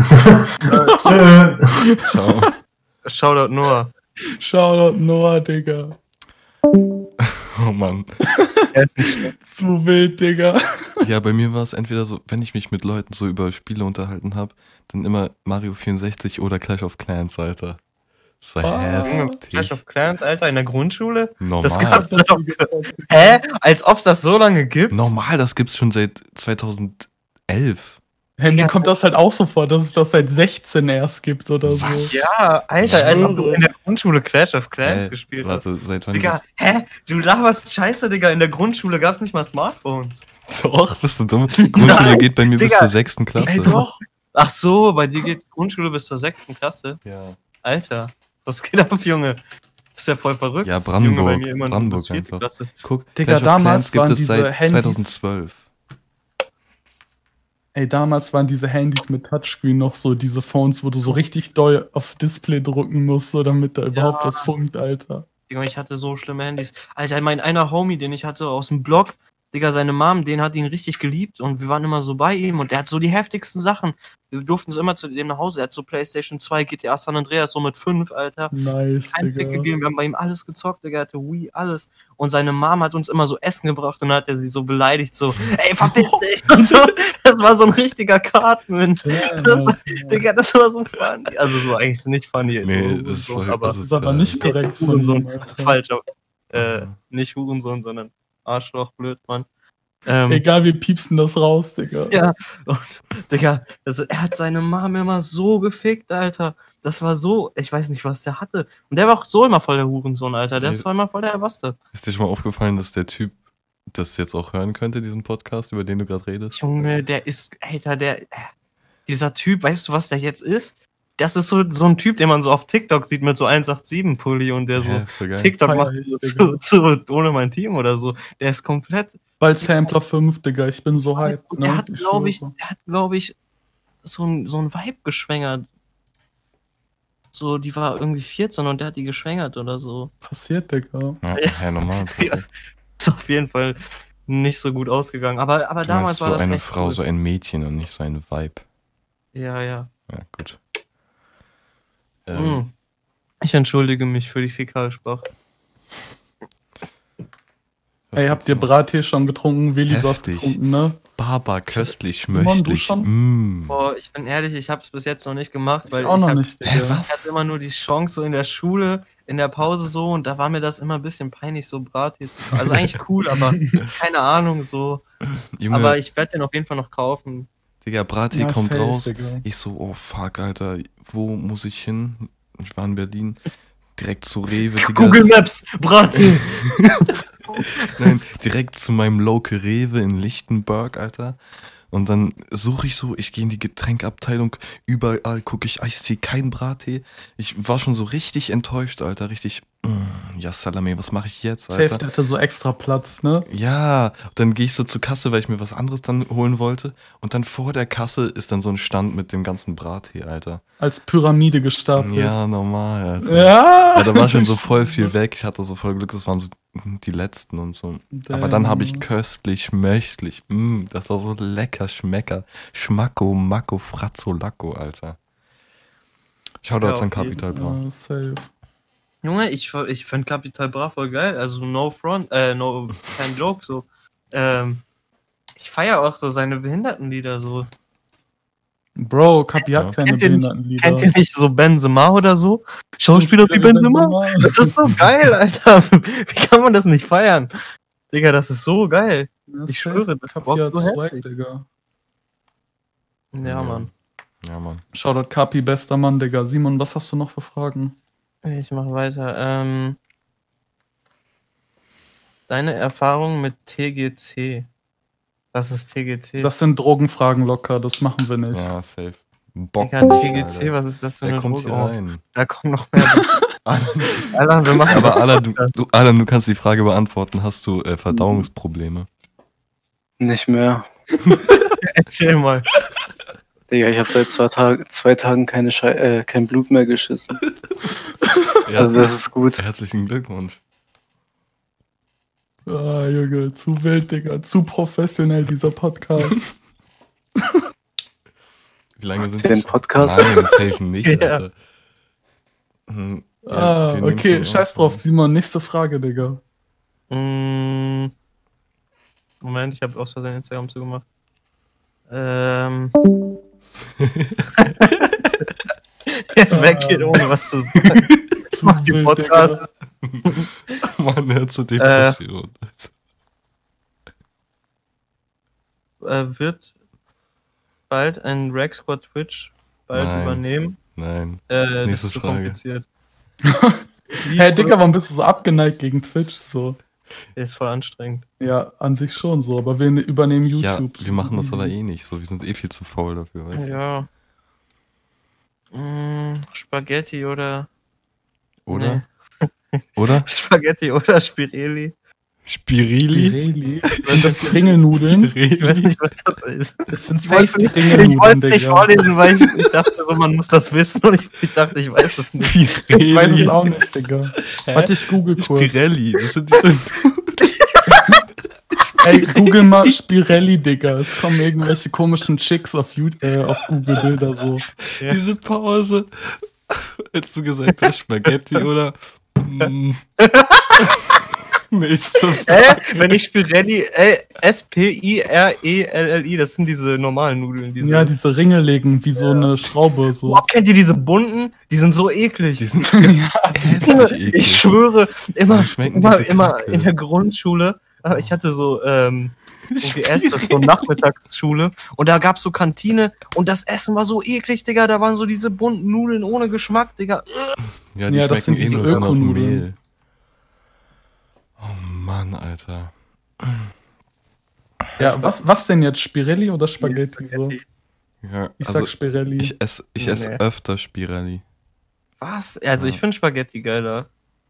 Ciao. Shoutout Noah. Shoutout Noah, Digga. Oh Mann. Zu wild, Digga. Ja, bei mir war es entweder so, wenn ich mich mit Leuten so über Spiele unterhalten habe, dann immer Mario 64 oder Clash of Clans, Alter. Das war Ah. heftig. Clash of Clans, Alter, in der Grundschule? Normal. Das gab's Das doch. Hä? Als ob es das so lange gibt? Normal, das gibt's schon seit 2011. Hey, mir kommt das halt auch so vor, dass es das seit 16 erst gibt oder Was? so. Ja, Alter, als ob du in der Grundschule Clash of Clans gespielt hast. Warte, seit wann Digga, hä? Du laberst Scheiße, Digga. In der Grundschule gab's nicht mal Smartphones. Doch, bist du dumm? Grundschule Nein, geht bei mir bis Digga. zur 6. Klasse. Ey, doch. Ach so, bei dir geht die Grundschule bis zur 6. Klasse. Ja. Alter, was geht ab, Junge? Das ist ja voll verrückt. Ja, Junge, bei Brandenburg. mir immer nur Brandenburg bis 4. einfach. Klasse. Guck, Digga, Clash of damals Clans gibt waren es diese seit Handys- 2012. Ey, damals waren diese Handys mit Touchscreen noch so diese Phones, wo du so richtig doll aufs Display drücken musst, so damit da überhaupt was funkt, Alter. Junge, ich hatte so schlimme Handys. Alter, mein einer Homie, den ich hatte aus dem Blog, Digga, seine Mom, den hat ihn richtig geliebt und wir waren immer so bei ihm und der hat so die heftigsten Sachen. Wir durften so immer zu dem nach Hause. Er hat so PlayStation 2, GTA San Andreas so mit 5, Alter. Nice, Kein Fick Digga. gegeben, wir haben bei ihm alles gezockt, Digga, er hatte Wii, alles. Und seine Mom hat uns immer so Essen gebracht und dann hat er sie so beleidigt, so, ey, verpiss dich und so. Das war so ein richtiger Cartman. Das war, Digga, das war so funny. Also so eigentlich nicht funny. Nee, so, das ist so, voll aber Das ist aber nicht korrekt von Hurensohn, ihm, Alter. falsch. Nicht Hurensohn, sondern Arschloch, blöd, Mann. Egal, wir piepsen das raus, Digga. Ja, und, Digga, er hat seine Mom immer so gefickt, Alter. Das war so, ich weiß nicht, was der hatte. Und der war auch so immer voll der Hurensohn, Alter. Der Nee. war immer voll der Bastard. Ist dir schon mal aufgefallen, dass der Typ das jetzt auch hören könnte, diesen Podcast, über den du gerade redest? Junge, der ist, Alter, dieser Typ, weißt du, was der jetzt ist? Das ist so ein Typ, den man so auf TikTok sieht mit so 187-Pulli und der so Ja, voll geil. TikTok Feier macht ich, so zu ohne mein Team oder so. Der ist komplett. Bald Sampler 5, Digga, ich bin so hyped. Und Ne? er hat, glaube ich, schwöre. so ein Vibe geschwängert. So, die war irgendwie 14 und der hat die geschwängert oder so. Passiert, Digga. Ja, normal. Ja. Ist auf jeden Fall nicht so gut ausgegangen. Aber Du damals meinst war so das eine echt Frau, cool. so ein Mädchen und nicht so ein Vibe. Ja. Ja, gut. Ich entschuldige mich für die Fäkalsprache. was Ey, gibt's habt ihr noch? Brattee schon getrunken? Willi, du hast Heftig. getrunken, ne? Baba, köstlich, Simon, du schmöchtlich. schon? Boah, ich bin ehrlich, ich habe es bis jetzt noch nicht gemacht, weil Ich auch noch hab- nicht, Digga. Hä, Ich hatte was? immer nur die Chance so in der Schule, in der Pause so und da war mir das immer ein bisschen peinlich, so Brattee zu kaufen. Also eigentlich cool, aber keine Ahnung so. Junge, Aber ich werde den auf jeden Fall noch kaufen. Digga, Brattee Ja, kommt safe, raus. Digga. Ich so, oh fuck, Alter, wo muss ich hin? Ich war in Berlin. Direkt zu Rewe, Digga. Google Maps, Brattee. Nein, direkt zu meinem Local Rewe in Lichtenberg, Alter. Und dann suche ich so, ich gehe in die Getränkabteilung, überall gucke ich Eistee, kein Brattee. Ich war schon so richtig enttäuscht, Alter, richtig, ja Salame, was mache ich jetzt, Safe, Alter? der hatte so extra Platz, ne? Ja, dann gehe ich so zur Kasse, weil ich mir was anderes dann holen wollte. Und dann vor der Kasse ist dann so ein Stand mit dem ganzen Brattee, Alter. Als Pyramide gestapelt. Ja, normal, Alter. Ja. Ja, da war schon so voll viel weg. Ich hatte so voll Glück, das waren so die letzten und so. Aber dann habe ich köstlich, schmöchtlich. Das war so lecker, Schmecker. Schmacko, Macko, Fratzo, Lacko, Alter. Shoutouts Ja, an auf jeden Capital Bra. Ja, safe. Junge, ich find Capital Bra voll geil. Also no front, no, kein Joke, so. Ich feiere auch so seine Behindertenlieder so. Bro, Kapi hat Ja. keine Kennt ihr nicht- Behindertenlieder. Kennt ihr nicht so Benzema oder so? Schauspieler wie Benzema? Das ist so geil, Alter. Wie kann man das nicht feiern? Digga, das ist so geil. Ja, Ich safe. schwöre, das Kapi rockt hat so Swag, heftig. Digga. Ja, Mann. Ja, Mann. Shoutout Kapi, bester Mann, Digga. Simon, was hast du noch für Fragen? Ich mach weiter. Deine Erfahrung mit TGC. Was ist TGC? Das sind Drogenfragen locker, das machen wir nicht. Ja, safe. Bock. Digga, TGC, Alter. was ist das für Wer eine kommt Droge? hier Oh, rein? da kommen noch mehr. Alan, Alter, wir machen aber Alan, du kannst die Frage beantworten. Hast du Verdauungsprobleme? Nicht mehr. Erzähl mal. Digga, ich habe seit 2 Tagen kein Blut mehr geschissen. Also das ist gut. Herzlichen Glückwunsch. Ah, Junge, zu wild, Digga. Zu professionell, dieser Podcast. Wie lange sind Den wir schon? Podcast? Nein, safe nicht, Ja. Alter. Ja, wir nehmen Okay, schon scheiß auf. drauf, Simon. Nächste Frage, Digga. Moment, ich habe aus Versehen Instagram zugemacht. Weggeht, ohne was zu sagen. Zu Mach den wild, Podcast. Mann, er hat so Depression. Wird bald ein Rack Squad Twitch bald Nein. übernehmen? Nein. Das Nächste ist zu Frage. kompliziert. Hey, Digga, warum bist du so abgeneigt gegen Twitch? So. Ist voll anstrengend. Ja, an sich schon so, aber wir übernehmen Ja, YouTube. wir machen das Easy. aber eh nicht so. Wir sind eh viel zu faul dafür, weißt du? Ja. Spaghetti oder. Oder? Oder? Spaghetti oder Spirelli. Spirili? Pirelli. Sind das Kringelnudeln? Ich weiß nicht, was das ist. Das sind Ich wollte safe ich Kringelnudeln, wollte es nicht Digga. vorlesen, weil ich dachte so, man muss das wissen und ich dachte, ich weiß es nicht. Ich weiß es auch nicht, Digga. Warte, ich google kurz. Spirelli. Das sind diese. Ey, google mal Spirelli, Digga. Es kommen irgendwelche komischen Chicks auf Google-Bilder so. Ja. Diese Pause, als du gesagt hast, Spaghetti oder nichts zu Wenn ich Spirelli, Spirelli, das sind diese normalen Nudeln. Ja, diese Ringe legen wie so eine Schraube. So. Boah, kennt ihr diese bunten? Die sind so eklig. Die sind Junge, ich schwöre, Warum schmecken diese immer Kacke? in der Grundschule, ich hatte so irgendwie erste so Nachmittagsschule und da gab's so Kantine und das Essen war so eklig, Digga, da waren so diese bunten Nudeln ohne Geschmack, Digga. Ja, die Ja, das schmecken sind diese nur so nach Ökonudeln. Mehl. Oh Mann, Alter. Ja, was denn jetzt? Spirelli oder Spaghetti? So? Ja, Ich also sag Spirelli. ich esse Nee. öfter Spirelli. Was? Also ich finde Spaghetti geiler.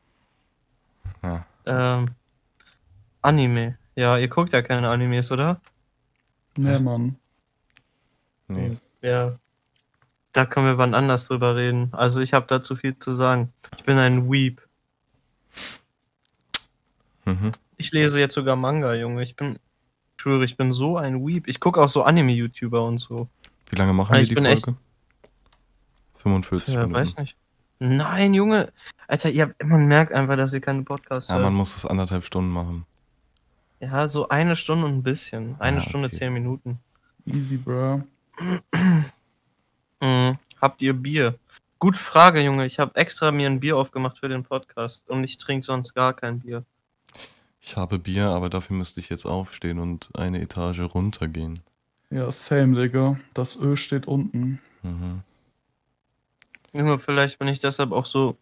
Ja. Anime. Ja, ihr guckt ja keine Animes, oder? Nee, Mann. Nee. Ja. Da können wir wann anders drüber reden. Also ich habe dazu viel zu sagen. Ich bin ein Weeb. Mhm. Ich lese jetzt sogar Manga, Junge. Ich schwöre, ich bin so ein Weeb. Ich gucke auch so Anime-YouTuber und so. Wie lange machen Also wir ich die bin echt- Folge? 45 Ja, Minuten. weiß nicht. Nein, Junge. Alter, man merkt einfach, dass ihr keine Podcasts Ja, hört. man muss es 1,5 Stunden machen. Ja, so 1 Stunde und ein bisschen. 1 Stunde, okay. 10 Minuten. Easy, bro. Habt ihr Bier? Gute Frage, Junge. Ich habe extra mir ein Bier aufgemacht für den Podcast und ich trinke sonst gar kein Bier. Ich habe Bier, aber dafür müsste ich jetzt aufstehen und eine Etage runtergehen. Ja, same, Digga. Das Ö steht unten. Mhm. Junge, vielleicht bin ich deshalb auch so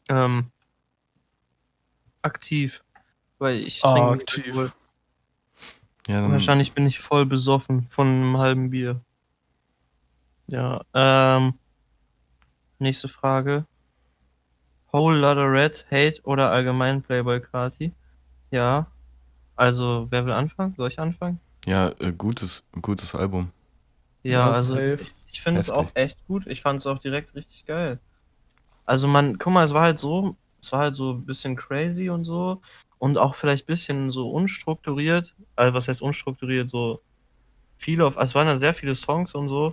aktiv. Weil ich trinke nicht Aktiv. Alkohol. Ja, dann, Wahrscheinlich bin ich voll besoffen von einem halben Bier. Ja, nächste Frage. Whole Lotta Red, Hate oder allgemein Playboy Carti? Ja, also wer will anfangen? Soll ich anfangen? ja, gutes Album. Ja, Ja, also safe. ich finde es auch Heftig. echt gut. Ich fand es auch direkt richtig geil. Also guck mal, es war halt so ein bisschen crazy und so und auch vielleicht ein bisschen so unstrukturiert. Also was heißt unstrukturiert? So es waren ja sehr viele Songs und so.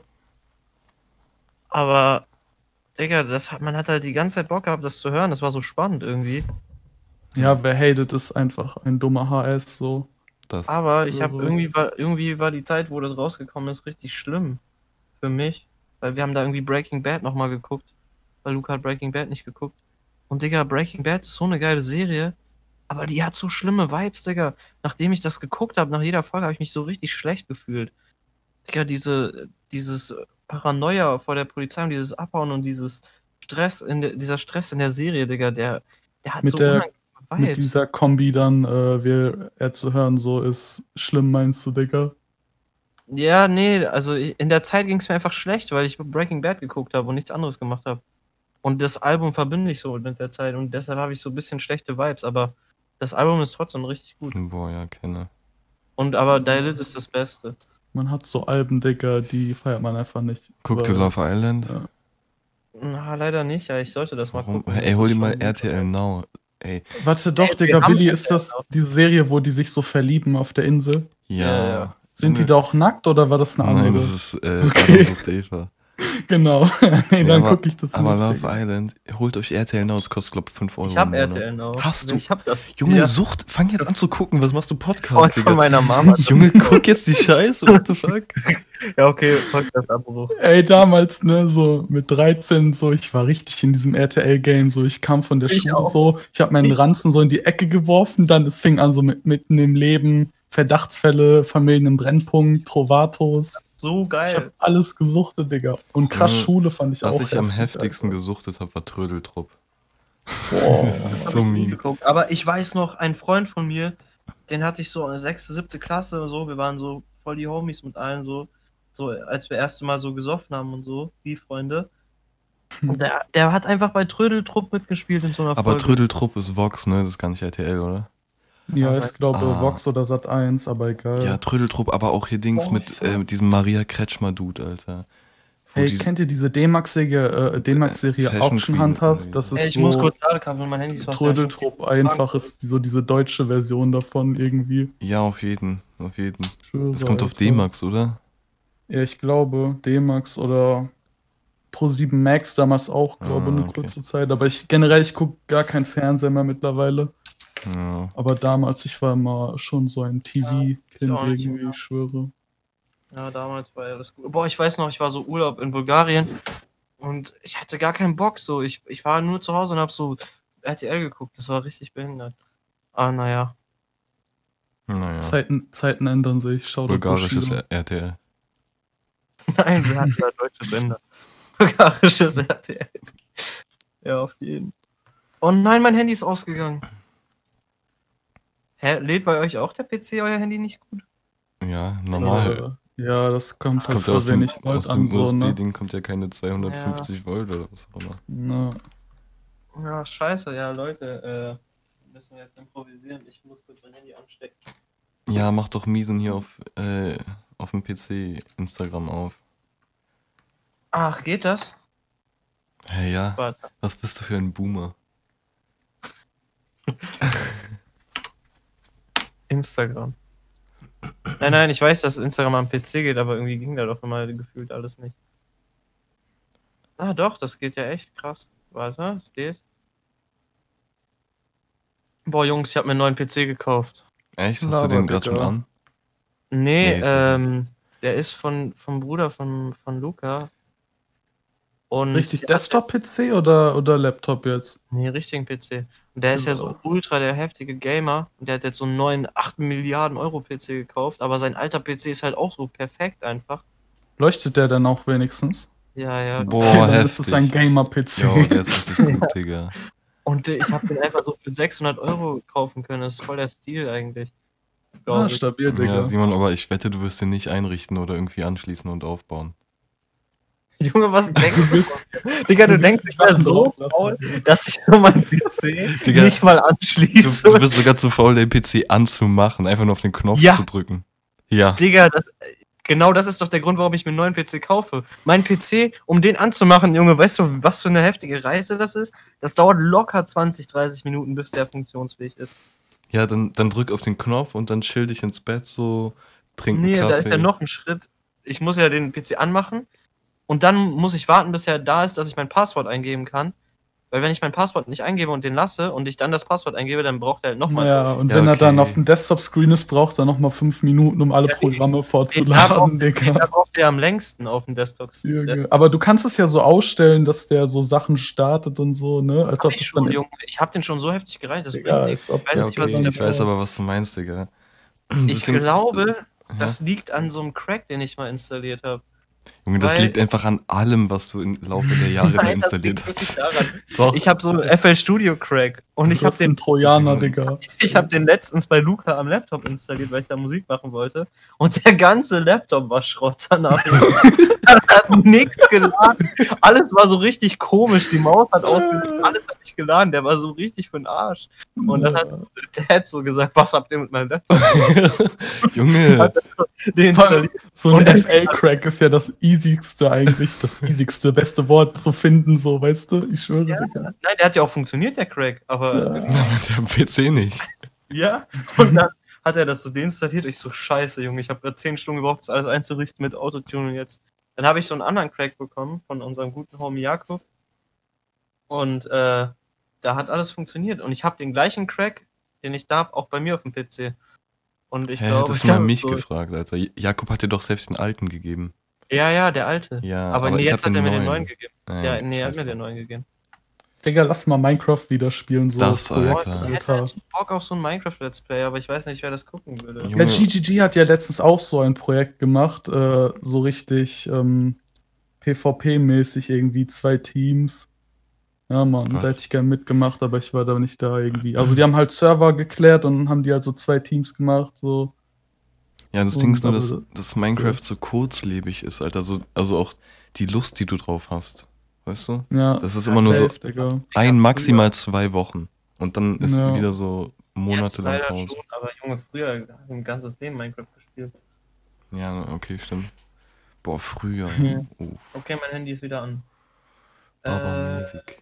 Aber, Digga, man hat halt die ganze Zeit Bock gehabt, das zu hören. Das war so spannend irgendwie. Ja, wer hatet, ist einfach ein dummer HS, so. Das. Aber ich So, habe so. irgendwie war die Zeit, wo das rausgekommen ist, richtig schlimm für mich. Weil wir haben da irgendwie Breaking Bad nochmal geguckt. Weil Luca hat Breaking Bad nicht geguckt. Und Digga, Breaking Bad ist so eine geile Serie. Aber die hat so schlimme Vibes, Digga. Nachdem ich das geguckt habe, nach jeder Folge, habe ich mich so richtig schlecht gefühlt. Digga, dieses Paranoia vor der Polizei und dieses Abhauen und dieses dieser Stress in der Serie, Digga, der hat Mit so der- unangenehme Mit Vibes. dieser Kombi dann, er zu hören, so ist schlimm, meinst du, Digga? Ja, nee, also in der Zeit ging es mir einfach schlecht, weil ich Breaking Bad geguckt habe und nichts anderes gemacht habe. Und das Album verbinde ich so mit der Zeit und deshalb habe ich so ein bisschen schlechte Vibes, aber das Album ist trotzdem richtig gut. Boah, ja, kenne. Aber Dilit ist das Beste. Man hat so Alben, Digga, die feiert man einfach nicht. Guck You Love Island? Ja. Na, leider nicht, ja, ich sollte das mal Warum? gucken. Ey, Das hol ist dir mal schon- RTL Now. Ey, Warte doch, wir Digga, haben Willi, RTL ist das die Serie, wo die sich so verlieben auf der Insel? ja. Ja. Sind die da auch nackt oder war das eine andere? Nein, das ist Okay. Adam sucht Eva. Genau. Nee, Ja, dann aber- gucke ich das Aber nicht, Love Digga. Island, holt euch RTL Now, das kostet, glaube ich, 5 Euro. Ich habe im Monat. RTL Now. Hast du? Ich habe das. Junge, Ja, fang jetzt an zu gucken, was machst du von, Podcast, von Digga? meiner Mama. Junge, guck jetzt die Scheiße, what the fuck? Ja, okay, Podcast-Abbruch. Ey, damals, ne, so mit 13, so, ich war richtig in diesem RTL-Game, so, ich kam von der Ich Schule auch. so, ich habe meinen Ranzen so in die Ecke geworfen, dann, es fing an so mit mitten im Leben, Verdachtsfälle, Familien im Brennpunkt, Trovatos. So Ich geil. habe alles gesuchtet, Digga. Und krass Mhm. Schule fand ich Was auch ich am heftig, heftigsten Alter. gesuchtet habe, war Trödeltrupp. Boah. Das ist Hab so ich nie mies. geguckt. Aber ich weiß noch, ein Freund von mir, den hatte ich so in der 6., 7. Klasse und so. Wir waren so voll die Homies mit allen so als wir erste Mal so gesoffen haben und so, wie Freunde. Und der hat einfach bei Trödeltrupp mitgespielt in so einer Aber Folge. Trödeltrupp ist Vox, ne? Das ist gar nicht RTL, oder? Ja, ich glaube Ah. Vox oder Sat 1, aber egal. Ja, Trödeltrupp, aber auch hier Dings Oh, mit fuck. diesem Maria Kretschmer-Dude, Alter. Hey, die- kennt ihr diese D-Max-Serie Fashion Auction Queen Hunters? irgendwie Das so. ist Ich muss so kurz Ladekabel und mein Handy ist fast Trödeltrupp einfach, ist so diese deutsche Version davon irgendwie. Ja, auf jeden. Ich Das schwöre, kommt auf Alter. D-Max, oder? Ja, ich glaube, D-Max oder Pro7 Max damals auch, glaube Ah, eine okay. kurze Zeit. Aber ich gucke gar keinen Fernseher mehr mittlerweile. Ja. Aber damals, ich war immer schon so ein TV-Kind auch nicht irgendwie, ich schwöre. Ja, damals war ja alles gut. Boah, ich weiß noch, ich war so Urlaub in Bulgarien und ich hatte gar keinen Bock. So, ich war nur zu Hause und hab so RTL geguckt. Das war richtig behindert. Ah, naja. Naja. Zeiten ändern sich. Shoutout Bulgarisches Bushido. RTL. Nein, wir hatten ja deutsches Sender. Bulgarisches RTL. Ja, auf jeden. Oh nein, mein Handy ist ausgegangen. Hä, lädt bei euch auch der PC euer Handy nicht gut? Ja, normal. Ja, das kommt Das halt kommt ja voll aus dem, wenig Volt aus an, dem so, ne? USB-Ding kommt ja keine 250 Volt oder was auch immer. Ne. Ja, scheiße, ja, Leute, müssen wir jetzt improvisieren. Ich muss kurz mein Handy anstecken. Ja, mach doch Miesen hier auf dem PC Instagram auf. Ach, geht das? Hey, ja, Warte. was bist du für ein Boomer? Instagram. Nein, ich weiß, dass Instagram am PC geht, aber irgendwie ging da doch immer gefühlt alles nicht. Ah, doch, das geht ja echt krass. Warte, es geht. Boah, Jungs, ich habe mir einen neuen PC gekauft. Echt? Hast du Laber, den gerade schon Digga. an? Nee, Nee, ist halt der ist vom Bruder von Luca. Und Richtig der hat- Desktop-PC oder Laptop jetzt? Nee, richtigen PC. Und der ist ja so ultra der heftige Gamer. Und der hat jetzt so einen neuen 8 Milliarden Euro PC gekauft. Aber sein alter PC ist halt auch so perfekt einfach. Leuchtet der dann auch wenigstens? Ja. Boah, Dann heftig. ist es ein Gamer-PC. Jo, der ist richtig gut, Digga. Und ich habe den einfach so für 600 Euro kaufen können. Das ist voll der Stil eigentlich. Ah, Glaub ich. stabil, Digga. Ja, Simon, aber ich wette, du wirst den nicht einrichten oder irgendwie anschließen und aufbauen. Junge, was denkst du? Digga, du denkst, ich wäre so faul, dass ich so meinen PC Digga, nicht mal anschließe. Du bist sogar zu faul, den PC anzumachen, einfach nur auf den Knopf Ja. zu drücken. Ja. Digga, genau das ist doch der Grund, warum ich mir einen neuen PC kaufe. Mein PC, um den anzumachen, Junge, weißt du, was für eine heftige Reise das ist? Das dauert locker 20, 30 Minuten, bis der funktionsfähig ist. Ja, dann drück auf den Knopf und dann chill dich ins Bett so, trink einen Nee, Kaffee. da ist ja noch ein Schritt. Ich muss ja den PC anmachen und dann muss ich warten, bis er da ist, dass ich mein Passwort eingeben kann. Weil wenn ich mein Passwort nicht eingebe und den lasse und ich dann das Passwort eingebe, dann braucht er halt nochmal Ja, und Ja, wenn er okay. dann auf dem Desktop-Screen ist, braucht er nochmal 5 Minuten, um alle Ja, Programme vorzuladen, Da Digga. braucht er am längsten auf dem Desktop. Jürgen. Aber du kannst es ja so ausstellen, dass der so Sachen startet und so, ne? Als Hab ob ich es schon, dann. Junge. Ich hab den schon so heftig gereicht. Das Digga, bringt nichts. als ob Ich weiß Ja, nicht, was okay, ich ich weiß aber, was du meinst, Digga. Ich Deswegen- glaube, Ja. das liegt an so einem Crack, den ich mal installiert habe. Junge, das weil- liegt einfach an allem, was du im Laufe der Jahre da installiert hast. Doch. Ich habe so einen FL Studio Crack und ich du habe hast einen den, Trojaner, Digga. ich habe den letztens bei Luca am Laptop installiert, weil ich da Musik machen wollte. Und der ganze Laptop war Schrott danach. Hat nichts geladen. Alles war so richtig komisch. Die Maus hat ausgelöst, alles hat nicht geladen. Der war so richtig für den Arsch. Und dann hat der Dad so gesagt, was habt ihr mit meinem Laptop? Junge, Hat das so deinstalliert. So ein Und dann- FL-Crack ist ja das easigste eigentlich, das easigste, beste Wort zu finden, so, weißt du? Ich schwöre, Ja. Digga. Nein, der hat ja auch funktioniert, der Crack. Aber Ja. aber der am PC nicht. ja, und dann hat er das so deinstalliert. Ich so, scheiße, Junge, ich habe gerade 10 Stunden gebraucht, das alles einzurichten mit Autotune und jetzt. Dann habe ich so einen anderen Crack bekommen von unserem guten Homie Jakob. Und da hat alles funktioniert. Und ich habe den gleichen Crack, den ich da habe, auch bei mir auf dem PC. Und ich Hä, glaube, hättest du mal das ist mich so, gefragt, Alter. Jakob hat dir doch selbst den alten gegeben. Ja, der alte. Ja, aber nee, ich jetzt hab hat er mir den den neuen gegeben. Ja, nee, er hat mir scheiße. den neuen gegeben. Digga, lass mal Minecraft wieder spielen, so. Das, Projekt, Alter. Ich hätte halt so Bock auf so ein Minecraft-Let's Play, aber ich weiß nicht, wer das gucken würde. Junge. Ja, GGG hat ja letztens auch so ein Projekt gemacht, so richtig PvP-mäßig irgendwie, 2 Teams. Ja, Mann, Was? da hätte ich gern mitgemacht, aber ich war da nicht da irgendwie. Also die haben halt Server geklärt und haben die halt so 2 Teams gemacht, so. Ja, das Ding ist nur, dass, Aber- dass Minecraft so kurzlebig ist, Alter. Also auch die Lust, die du drauf hast. Weißt du? Ja, Das ist immer nur so safe, Digga. maximal 2 Wochen. Und dann ist Ja. wieder so Jetzt monatelang leider Pause. schon, aber Junge, früher habe ich ein ganzes Leben Minecraft gespielt. Ja, okay, stimmt. Boah, früher. Mhm. Uff, Okay, mein Handy ist wieder an. Baba-mäßig.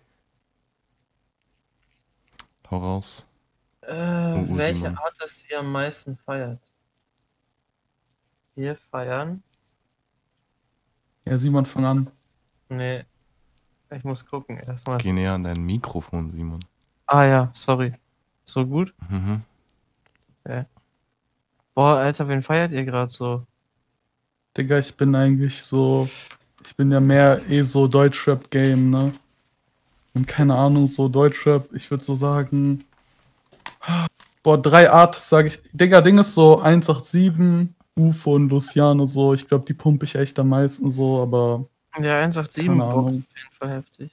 Hau raus. Welche Simon. Artist ihr am meisten feiert? Wir feiern? Ja, Simon, fang an. Nee, ich muss gucken erstmal. Geh näher an dein Mikrofon, Simon. Ah ja, sorry. So gut? Mhm. Boah, Alter, wen feiert ihr gerade so? Digga, ich bin ja mehr so Deutschrap-Game, ne? Und keine Ahnung, so Deutschrap, ich würde so sagen, boah, 3 Artists, sage ich. Digga, Ding ist so 187, UFO und Luciano, so. Ich glaube, die pumpe ich echt am meisten so, aber Ja, 187, keine boah, auf Ahnung. jeden Fall heftig.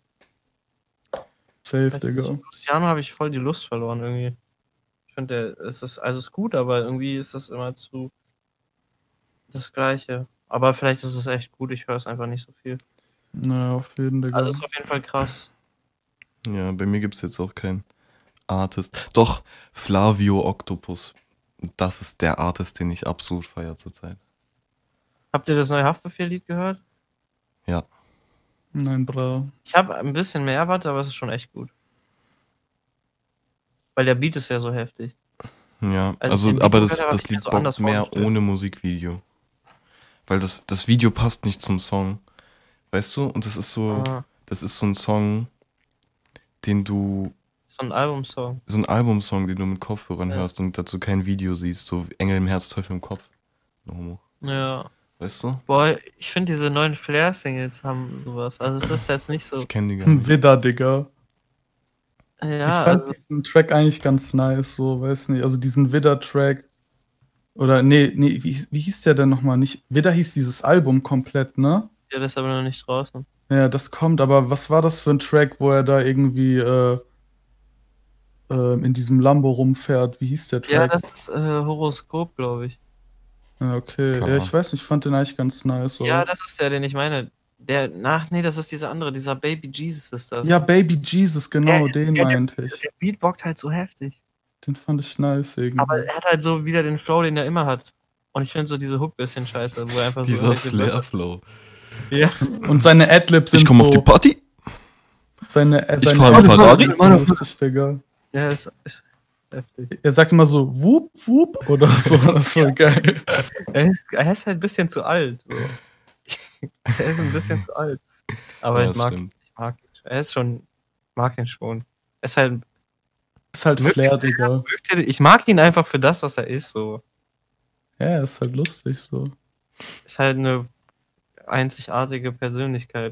Safe, Weiß Digga. nicht, Luciano habe ich voll die Lust verloren irgendwie. Ich finde, ist gut, aber irgendwie ist das immer zu das Gleiche. Aber vielleicht ist es echt gut, ich höre es einfach nicht so viel. Naja, auf jeden, Digga. Also ist auf jeden Fall krass. Ja, bei mir gibt's jetzt auch keinen Artist. Doch, Flavio Octopus. Das ist der Artist, den ich absolut feiere zurzeit. Habt ihr das neue Haftbefehl-Lied gehört? Ja. Nein, Bra. Ich habe ein bisschen mehr erwartet, aber es ist schon echt gut. Weil der Beat ist ja so heftig. Ja, Als ich also, den aber Beat das, gehört habe, das hab ich mir Lied so anders bockt mehr vorgestellt. ohne Musikvideo. Weil das Video passt nicht zum Song. Weißt du? Und das ist so ein Song, den du, So ein Albumsong. so ein Albumsong, den du mit Kopfhörern Ja. hörst und dazu kein Video siehst. So Engel im Herz, Teufel im Kopf. No homo. Ja. Weißt du? Boah, ich finde diese neuen Flair-Singles haben sowas. Also es ist jetzt nicht so. Ich kenne die gar nicht. Widder, Digga. Ich Ja, fand also diesen Track eigentlich ganz nice, so, weiß nicht. Also diesen Widder-Track. Oder, nee, wie hieß der denn nochmal? Nicht, Widder hieß dieses Album komplett, ne? ja, das ist aber noch nicht draußen. Ja, das kommt, aber was war das für ein Track, wo er da irgendwie in diesem Lambo rumfährt? Wie hieß der Ja, Track? das ist Horoskop, glaube ich. Ja, okay. Keine Ja, Ahnung. ich weiß nicht, ich fand den eigentlich ganz nice. Ja, So. das ist der, den ich meine. Nee, das ist dieser andere, dieser Baby Jesus ist das. Ja, Baby Jesus, genau, den meinte ich. Der Beat bockt halt so heftig. Den fand ich nice irgendwie. Aber er hat halt so wieder den Flow, den er immer hat. Und ich finde so diese Hook bisschen scheiße, wo er einfach so Dieser irgendwelche Wörter- Flair-Flow. Ja. Und seine Adlibs sind Ich komme so, auf die Party. seine Ich fahr im Adlibs Ferrari. sind so lustig, Digga. Ja, ist heftig. Er sagt immer so, wup, wup, oder so, das ist so geil. Er ist halt ein bisschen zu alt. So. Er ist ein bisschen zu alt. Aber Ja, ich mag stimmt. mag den schon. Er ist halt, Das ist halt Flair, Digga. ich mag ihn einfach für das, was er ist. So. Ja, er ist halt lustig, so. Ist halt eine einzigartige Persönlichkeit.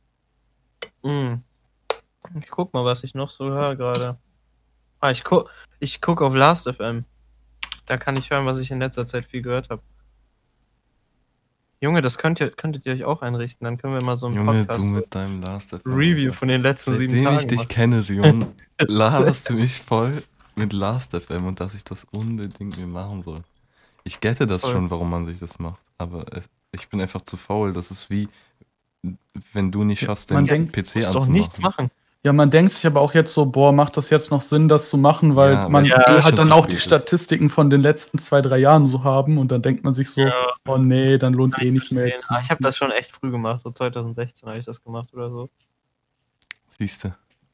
Ich guck mal, was ich noch so höre gerade. Ich guck auf Last.fm. Da kann ich hören, was ich in letzter Zeit viel gehört habe. Junge, das könntet ihr euch auch einrichten. Dann können wir mal so einen Junge, Podcast du mit deinem Last.fm. Review von den letzten 7 Seitdem Tagen ich dich machen. kenne, Simon, laberst du mich voll mit Last.fm und dass ich das unbedingt mir machen soll. Ich gette das Voll. schon, warum man sich das macht, aber ich bin einfach zu faul. Das ist wie, wenn du nicht schaffst, Man deinen denkt, PC Muss doch anzumachen. nichts machen. Ja, man denkt sich aber auch jetzt so, boah, macht das jetzt noch Sinn, das zu machen, weil Ja, man weil es will schon halt dann zu auch spät die ist. Statistiken von den letzten 2, 3 Jahren so haben und dann denkt man sich so, Ja. oh nee, dann lohnt eh nicht mehr jetzt. Ich habe das schon echt früh gemacht. So 2016 habe ich das gemacht oder so. Siehste.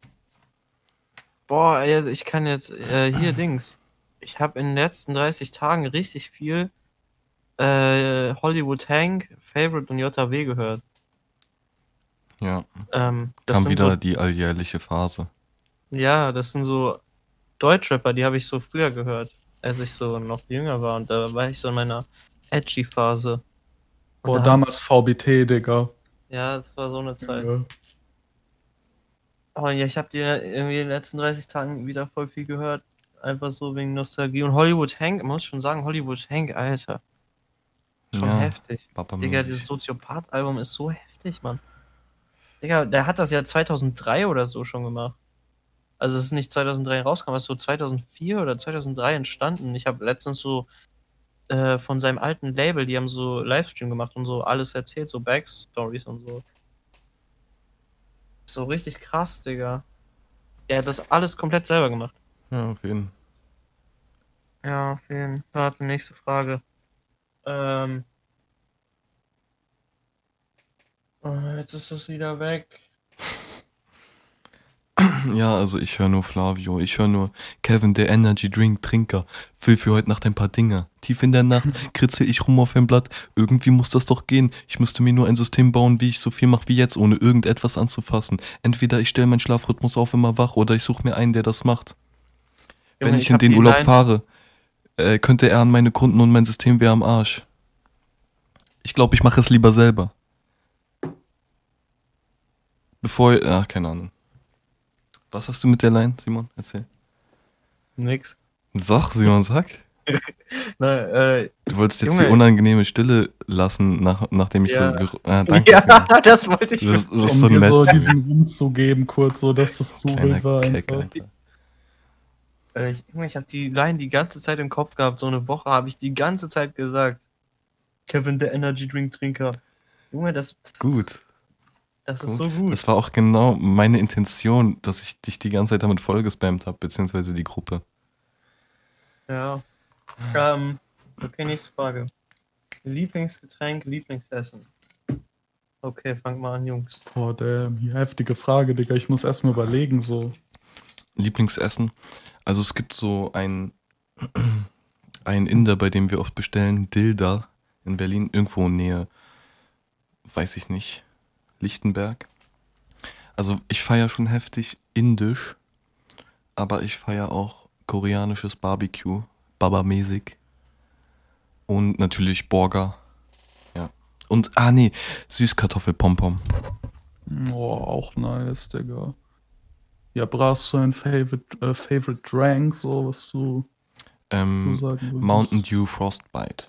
Boah, ey, ich kann jetzt hier Dings. Ich habe in den letzten 30 Tagen richtig viel Hollywood Hank, Favorite und JW gehört. Ja, Das kam sind wieder so, die alljährliche Phase. ja, das sind so Deutschrapper, die habe ich so früher gehört, als ich so noch jünger war und da war ich so in meiner edgy Phase. Und Boah, da damals VBT, Digga. ja, das war so eine Zeit. Ja. Aber ja, ich habe die irgendwie in den letzten 30 Tagen wieder voll viel gehört. Einfach so wegen Nostalgie. Und Hollywood Hank, man muss schon sagen, Hollywood Hank, Alter. Schon Ja, heftig. Papa Digga, dieses Soziopath-Album ist so heftig, Mann. Digga, der hat das ja 2003 oder so schon gemacht. Also es ist nicht 2003 rausgekommen, es ist so 2004 oder 2003 entstanden. Ich habe letztens so von seinem alten Label, die haben so Livestream gemacht und so alles erzählt, so Backstories und so. So richtig krass, Digga. Er hat das alles komplett selber gemacht. Ja, auf jeden Fall. Ja, auf jeden Fall. Warte, nächste Frage. Jetzt ist es wieder weg. Ja, also ich höre nur Flavio, ich höre nur Kevin, der Energy Drink Trinker, will für heute Nacht ein paar Dinger. Tief in der Nacht kritzel ich rum auf ein Blatt, irgendwie muss das doch gehen. Ich müsste mir nur ein System bauen, wie ich so viel mache wie jetzt, ohne irgendetwas anzufassen. Entweder ich stelle meinen Schlafrhythmus auf immer wach oder ich suche mir einen, der das macht. Wenn Junge, ich in hab den die Urlaub Line- fahre, könnte er an meine Kunden und mein System wäre am Arsch. Ich glaube, ich mache es lieber selber. Keine Ahnung. Was hast du mit der Line, Simon? Erzähl. Nix. Sag, Simon, sag. Nein, Du wolltest jetzt Junge. die unangenehme Stille lassen, nachdem ich Ja. danke. ja, Simon. das wollte ich Du bist Um so dir nett. so Simon. diesen Wunsch zu geben, kurz, so dass das zu Kleiner wild war. Keck, Einfach. Alter. Ich habe die Line die ganze Zeit im Kopf gehabt. So eine Woche habe ich die ganze Zeit gesagt. Kevin, der Energy Drink Trinker. Junge, das Gut. ist so gut. Das war auch genau meine Intention, dass ich dich die ganze Zeit damit vollgespammt habe, beziehungsweise die Gruppe. Ja. Okay, nächste Frage. Lieblingsgetränk, Lieblingsessen. Okay, fang mal an, Jungs. Boah, heftige Frage, Digga. Ich muss erstmal überlegen, so. Lieblingsessen. Also es gibt so einen Inder, bei dem wir oft bestellen, Dilda in Berlin, irgendwo in Nähe, weiß ich nicht, Lichtenberg. Also ich feiere schon heftig indisch, aber ich feiere auch koreanisches Barbecue, Baba-mäßig. Und natürlich Burger. Ja. Und, Süßkartoffelpompom. Oh, auch nice, Digga. Ja, brauchst du ein Favorite Drank, so was du sagen würdest? Mountain Dew Frostbite.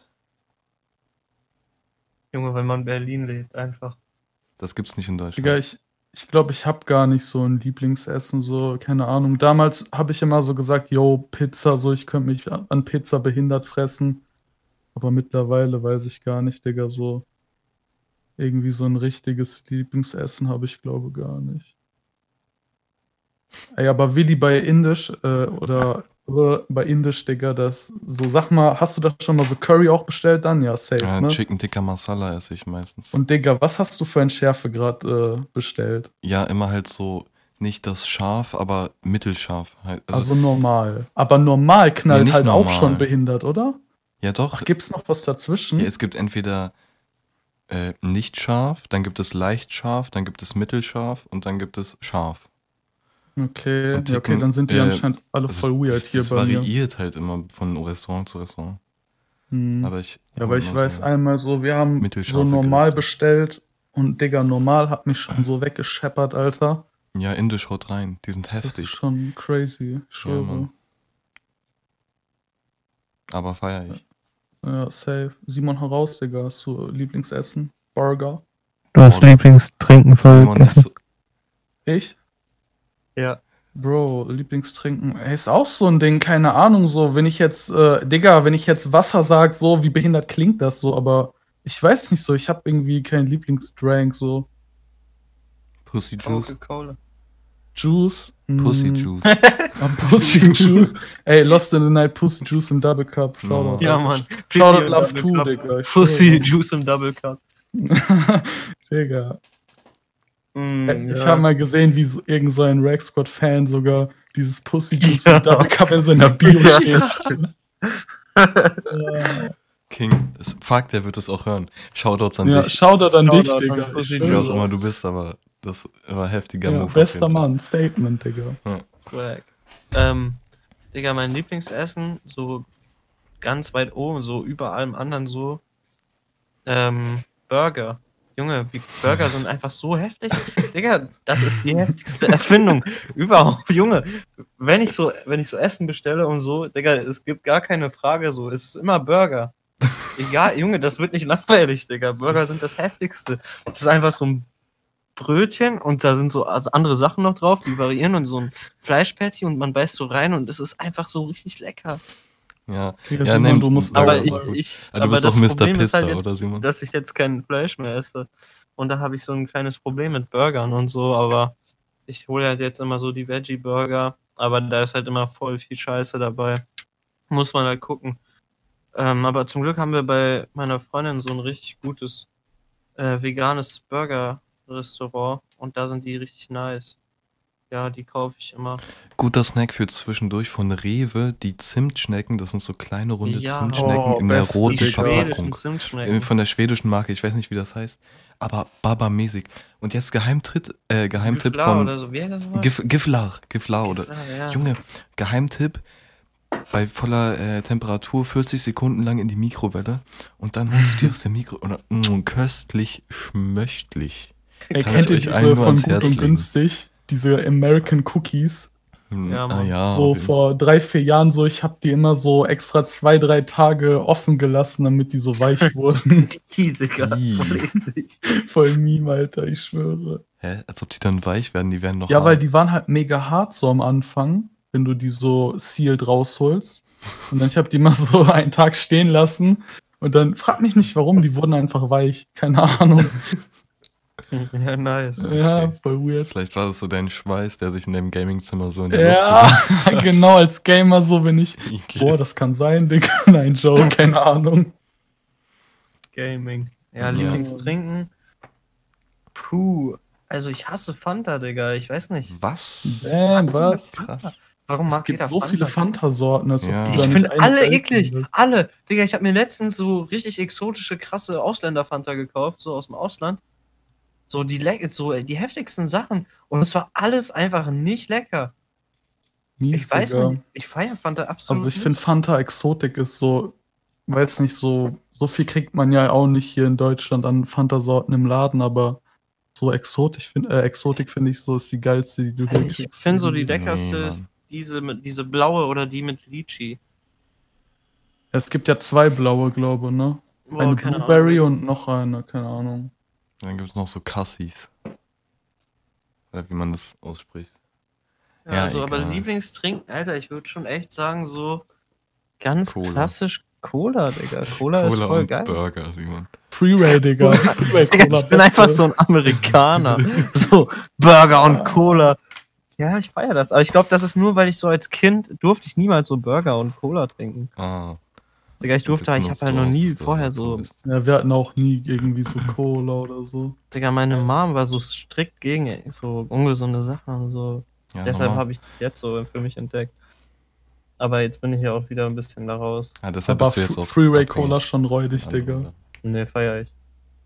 Junge, wenn man in Berlin lebt, einfach. Das gibt's nicht in Deutschland. Digga, ich glaube, ich habe gar nicht so ein Lieblingsessen, so, keine Ahnung. Damals habe ich immer so gesagt, yo, Pizza, so, ich könnte mich an Pizza behindert fressen. Aber mittlerweile weiß ich gar nicht, Digga, so irgendwie so ein richtiges Lieblingsessen habe ich, glaube gar nicht. Ey, aber Willi bei Indisch oder bei Indisch, Digga, das so, sag mal, hast du da schon mal so Curry auch bestellt dann? Ja, safe, ne? Chicken Tikka Masala esse ich meistens. Und Digga, was hast du für ein Schärfegrad bestellt? Ja, immer halt so, nicht das scharf, aber mittelscharf. Halt. Also normal. Aber normal knallt nicht halt auch normal. schon behindert, oder? Ja doch, Ach, gibt's noch was dazwischen? ja, es gibt entweder nicht scharf, dann gibt es leicht scharf, dann gibt es mittelscharf und dann gibt es scharf. Okay, Und ja, okay, Ticken, dann sind die anscheinend alle Also voll weird hier das bei mir. variiert halt immer von Restaurant zu Restaurant. Hm. Aber ich weiß einmal so, wir haben so mittelscharfe normal Gerichte. bestellt und Digga, normal hat mich schon so weggescheppert, Alter. Ja, indisch haut rein, die sind Das ist heftig, schon crazy, ich schwöre. Mann. aber feier ich. Ja, safe. Simon, heraus, Digga, hast du Lieblingsessen? Burger? Du hast Boah, Lieblingstrinken Simon ist vergessen. so, Ich? Ja. Bro, Lieblingstrinken. Ey, ist auch so ein Ding, keine Ahnung, so, wenn ich jetzt, Digga, wenn ich jetzt Wasser sag, so, wie behindert klingt das so, aber ich weiß nicht so, ich habe irgendwie keinen Lieblingsdrank, so. Pussy Juice. Coca-Cola. Juice. Pussy Juice. Pussy Juice. Ey, Lost in the Night Pussy Juice im Double Cup. Shoutout. Ja, Alter. Mann. Shoutout Love 2, Digga. ich Pussy schwöre. Juice im Double Cup. Digga. Ich Ja. habe mal gesehen, wie so, irgend so ein Rag Squad-Fan sogar dieses Pussy Juice im Double Cup in seiner Bio steht. Ja, King. Fuck, der wird das auch hören. Shoutouts an ja, dich. Shoutout an dich, Shoutout Digga. an Pussy Ich Wie auch schwöre. immer du bist, aber das war heftiger Ja, Move. auf bester jeden Fall. Mann, Statement, Digga. Swag. Digga, mein Lieblingsessen, so ganz weit oben, so über allem anderen so, Burger. Junge, Burger sind einfach so heftig. Digga, das ist die heftigste Erfindung überhaupt. Junge, wenn ich so Essen bestelle und so, Digga, es gibt gar keine Frage so. Es ist immer Burger. Egal, Junge, das wird nicht langweilig, Digga. Burger sind das heftigste. Das ist einfach so ein Brötchen und da sind so andere Sachen noch drauf, die variieren und so ein Fleischpatty und man beißt so rein und es ist einfach so richtig lecker. Ja, Digga, ja, Simon, nee, du musst Burger Aber ist Burger auch sagen. gut. aber du bist das doch Mr. Problem ist Pizza, halt jetzt, oder Simon? dass ich jetzt kein Fleisch mehr esse. Und da habe ich so ein kleines Problem mit Burgern und so, aber ich hole halt jetzt immer so die Veggie-Burger, aber da ist halt immer voll viel Scheiße dabei. Muss man halt gucken. Aber zum Glück haben wir bei meiner Freundin so ein richtig gutes veganes Restaurant und da sind die richtig nice. Ja, die kaufe ich immer. Guter Snack für zwischendurch von Rewe, die Zimtschnecken, das sind so kleine runde Ja, Zimtschnecken in der beste, roten Digga. Verpackung. Zimtschnecken. Von der schwedischen Marke, ich weiß nicht, wie das heißt, aber Baba-mäßig. Und jetzt Geheimtipp Giflar von oder so. Wie heißt das nochmal? Giflar oder Ja. Junge, Geheimtipp bei voller Temperatur 40 Sekunden lang in die Mikrowelle und dann holst du dir aus der Mikro oder köstlich schmöchtlich. Ey, Kann kennt ich ihr euch diese allen nur von ans Gut Herz und legen. günstig? Diese American Cookies. Ja, Mann. ja. So auf jeden vor 3-4 Jahren so, ich habe die immer so extra 2-3 Tage offen gelassen, damit die so weich wurden. Digga. Ih. Voll eklig. Voll Meme, Alter, ich schwöre. Hä? Als ob die dann weich werden, die werden noch Ja, hart. weil die waren halt mega hart so am Anfang, wenn du die so sealed rausholst. Und dann, ich habe die mal so einen Tag stehen lassen und dann, frag mich nicht warum, die wurden einfach weich. Keine Ahnung. Ja, nice. Ja, voll weird. Vielleicht war das so dein Schweiß, der sich in deinem Gamingzimmer so in der Ja, Luft gesammelt hat. genau, als Gamer so, wenn ich. Eklig. Boah, das kann sein, Digga. Nein, Joe, keine Ahnung. Gaming. Ja, Ja. Lieblingstrinken. Puh. Also ich hasse Fanta, Digga. Ich weiß nicht. Was? Damn, was? Krass. Warum Es mag gibt jeder so viele Fanta-Sorten. Als ob Ja. du Ich da Ich nicht finde eine alle selten eklig. bist. Alle. Digga, ich habe mir letztens so richtig exotische, krasse Ausländer-Fanta gekauft, so aus dem Ausland. So die heftigsten Sachen. Und es war alles einfach nicht lecker. Mies, Ich weiß Digga. nicht. Ich feiere Fanta absolut Also ich nicht. finde Fanta Exotik ist so, weiß nicht, so viel kriegt man ja auch nicht hier in Deutschland an Fanta-Sorten im Laden, aber so Exotik finde ich so ist die geilste, die du hier Ich kriegst. finde so die Nee, leckerste Mann. ist diese blaue oder die mit Lychee. Es gibt ja 2 blaue, glaube ich, ne? Boah, Eine keine Blueberry Ahnung. und noch eine, keine Ahnung. Dann gibt es noch so Cassis. Oder wie man das ausspricht. Ja, Ja, also, aber egal. Lieblingstrinken, Alter, ich würde schon echt sagen, so ganz Cola. klassisch Cola, Digga. Cola ist Cola voll und geil. Burger, Simon. Freeway, Digga. Freeway Digga, Cola ich bin Beste. einfach so ein Amerikaner. So, Burger und Cola. Ja, ich feiere das. Aber ich glaube, das ist nur, weil ich so als Kind durfte ich niemals so Burger und Cola trinken. Ah. Digga, ich habe halt noch nie vorher so. Ja, wir hatten auch nie irgendwie so Cola oder so. Digga, meine Mom war so strikt gegen so ungesunde Sachen und so. Ja, Deshalb normal. habe ich das jetzt so für mich entdeckt. Aber jetzt bin ich ja auch wieder ein bisschen da raus. Ja, deshalb Aber bist du jetzt auch Freeway abhängig. Cola schon räudig, Digga. Ne, feier ich.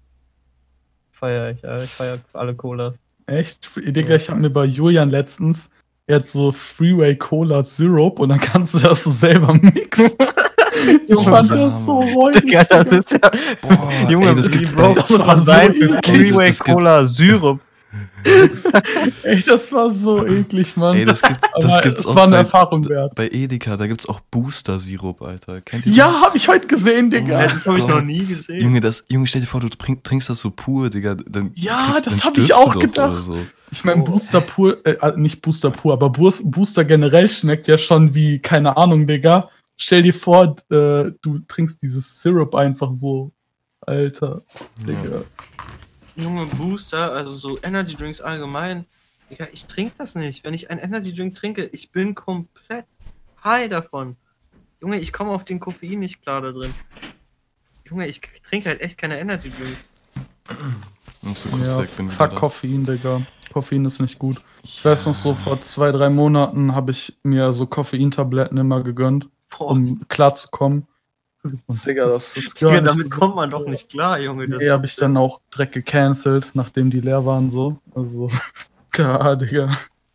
Ja, ich feier alle Colas. Echt? Digga, ich hab mir bei Julian letztens, er hat so Freeway Cola Syrup und dann kannst du das so selber mixen. Ich Oh, fand ja, das so Mann. räudig. Digga, das ist ja. Boah, Junge, ey, das wie gibt's broke bei- das mal Das war sein so für eklig. Freeway Das gibt's- Cola Syrup. Ey, das war so eklig, Mann. Ey, das gibt's Aber gibt's es auch war eine bei, Erfahrung wert. bei Edeka, da gibt's auch Booster-Sirup, Alter. Kennt ihr Ja, hab ich heute gesehen, Digga. Das hab ich Gott. noch nie gesehen. Junge, stell dir vor, du trinkst das so pur, Digga. Dann Ja, kriegst- das dann hab ich stirbst auch du doch gedacht. oder So. Ich meine, Booster pur, nicht Booster pur, aber Booster generell schmeckt ja schon wie, keine Ahnung, Digga. Stell dir vor, du trinkst dieses Syrup einfach so. Alter, Digga. Junge, Booster, also so Energy Drinks allgemein. Digga, ich trinke das nicht. Wenn ich einen Energy Drink trinke, ich bin komplett high davon. Junge, ich komme auf den Koffein nicht klar da drin. Junge, ich trinke halt echt keine Energy Drinks. Musst du kurz Ja, weg, bin wieder fuck da. Koffein, Digga. Koffein ist nicht gut. Ich weiß noch so, vor 2-3 Monaten habe ich mir so Koffeintabletten immer gegönnt, Boah, um klarzukommen. Und Digga, das ist Junge, gar nicht damit gut. kommt man doch nicht klar, Junge. Das Nee, habe ich dann auch direkt gecancelt, nachdem die leer waren, so. Also, ja, Digga.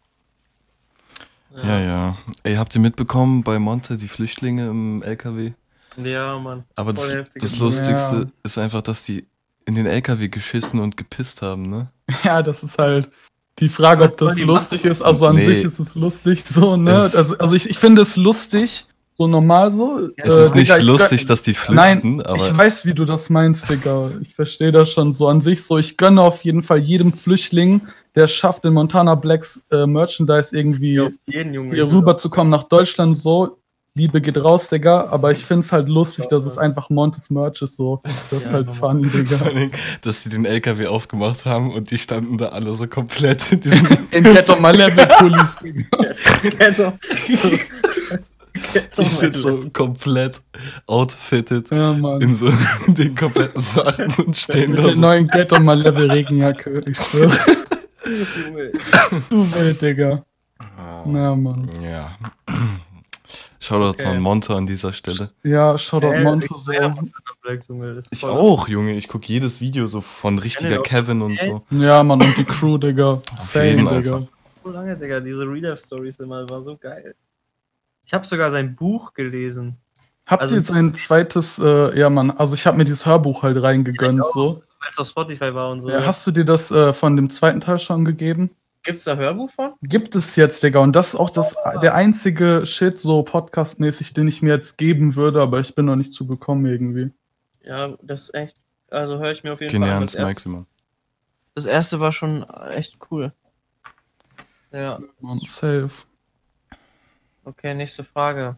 Ja. Ey, habt ihr mitbekommen bei Monte die Flüchtlinge im LKW? Ja, Mann. Aber Voll das heftiges Lustigste Ja. ist einfach, dass die in den LKW geschissen und gepisst haben, ne? Ja, das ist halt die Frage, ob Was wollen das die lustig machen? ist. Also an Nee. sich ist es lustig, so, ne? Es- Also ich finde es lustig, so normal so. Es ist nicht Digga, ich lustig, gönn- dass die flüchten, Nein, aber ich weiß, wie du das meinst, Digga. Ich verstehe das schon so an sich so. Ich gönne auf jeden Fall jedem Flüchtling, der es schafft, in Montana Blacks Merchandise irgendwie Ja, auf jeden Junge. hier rüberzukommen nach Deutschland, so. Liebe geht raus, Digga. Aber ich finde es halt lustig, dass es einfach Montes Merch ist, so. Das ist Ja, halt funny, Digga. vor allen Dingen, dass sie den LKW aufgemacht haben und die standen da alle so komplett in diesem In Get on my level Pullis, Digga. Die sind so komplett outfitted Ja, Mann. in so den kompletten Sachen und stehen Mit da der so. neuen Ghetto mal Level Regenjacke, ich schwöre. Junge. Du wild, Digga. Ah, Na, Mann. ja. Shoutouts Okay. an Monte an dieser Stelle. Ja, Shoutout Monte Ich so. feier Black, Junge. Das ist Ich voll auch, Junge. Ich gucke jedes Video so von richtiger doch. Kevin und so. Ja, Mann, und die Crew, Digga. jeden, Digga. Alter. so lange, Digga. Diese Real-Life-Stories immer war so geil. Ich habe sogar sein Buch gelesen. Habt Also- ihr jetzt ein zweites, ja, Mann, also ich habe mir dieses Hörbuch halt reingegönnt, Ja, ich auch. so. Weil es auf Spotify war und so. Ja, hast du dir das von dem zweiten Teil schon gegeben? Gibt's da Hörbuch von? Gibt es jetzt, Digga. Und das ist auch der einzige Shit, so podcastmäßig, den ich mir jetzt geben würde, aber ich bin noch nicht zu gekommen irgendwie. Ja, das ist echt. Also höre ich mir auf jeden Fall an. Geniales Maximum. Das erste war schon echt cool. Ja. Mann, safe. Okay, nächste Frage.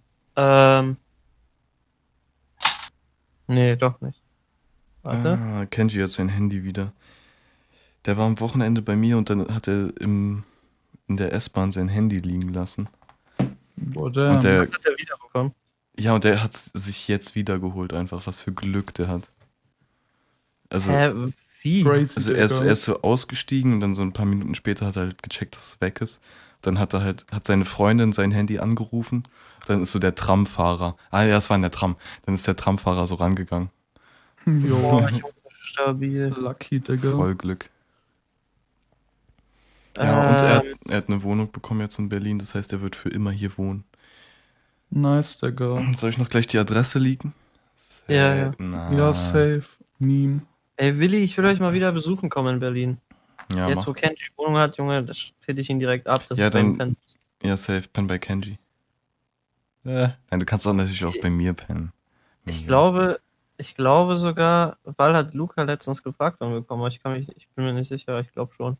Nee, doch nicht. Warte. Ah, Kenji hat sein Handy wieder. Der war am Wochenende bei mir und dann hat er in der S-Bahn sein Handy liegen lassen. Boah, damn. Und der, Was hat er wiederbekommen? ja, und der hat sich jetzt wiedergeholt einfach. Was für Glück der hat. Also, Wie? Crazy, also er ist so ausgestiegen und dann so ein paar Minuten später hat er halt gecheckt, dass es weg ist. Dann hat seine Freundin sein Handy angerufen. Dann ist so der Tramfahrer. Ah ja, es war in der Tram. Dann ist der Tramfahrer so rangegangen. Jo, Boah, Junge, stabil. lucky, Digga. Voll Glück. Ja, und Ähm, er hat eine Wohnung bekommen jetzt in Berlin. Das heißt, er wird für immer hier wohnen. Nice, Digga. Soll ich noch gleich die Adresse leaken? Ja, ja. Na, Ja, safe. Meme. Ey, Willi, ich will euch mal wieder besuchen kommen in Berlin. Ja, Jetzt, wo Kenji Wohnung hat, Junge, das hätte ich ihn direkt ab. Das Ja, ist beim dann- Pen. Ja, safe. Penn bei Kenji. Nein, du kannst auch natürlich auch bei mir pennen. Ich glaube sogar, weil hat Luca letztens gefragt, wann wir kommen. Aber ich bin mir nicht sicher, ich glaube schon.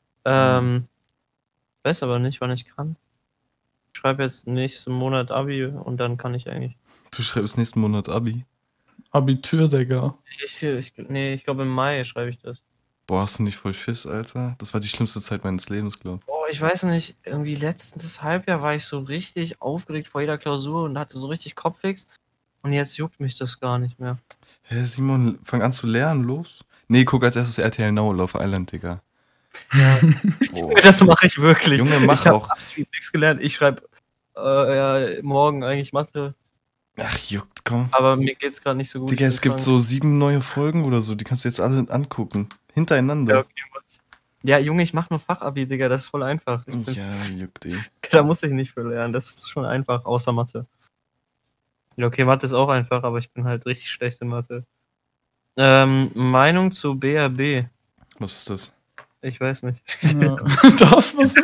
Weiß aber nicht, wann ich kann. Ich schreibe jetzt nächsten Monat Abi und dann kann ich eigentlich. Du schreibst nächsten Monat Abi. Abitur, Digga. Ich glaube im Mai schreibe ich das. Boah, hast du nicht voll Schiss, Alter? Das war die schlimmste Zeit meines Lebens, glaub ich. Boah, ich weiß nicht, irgendwie letztes Halbjahr war ich so richtig aufgeregt vor jeder Klausur und hatte so richtig Kopfwix. Und jetzt juckt mich das gar nicht mehr. Hä, Simon, fang an zu lernen, los. Nee, guck als erstes RTL Now, Love Island, Digga. Ja. Boah. Das mache ich wirklich. Junge, mach ich hab auch. absolut nichts gelernt. Ich schreibe ja, morgen eigentlich Mathe, Ach, juckt, komm. aber mir geht's gerade nicht so gut. Digga, Ich es gibt will so 7 neue Folgen oder so, die kannst du jetzt alle angucken. Hintereinander. Ja, okay, mach ich. Ja, Junge, ich mache nur Fachabi, Digga, das ist voll einfach. Ja, juckt eh. Da muss ich nicht für lernen, das ist schon einfach, außer Mathe. Ja, okay, Mathe ist auch einfach, aber ich bin halt richtig schlecht in Mathe. Meinung zu BRB. Was ist das? Ich weiß nicht. Ja. Das was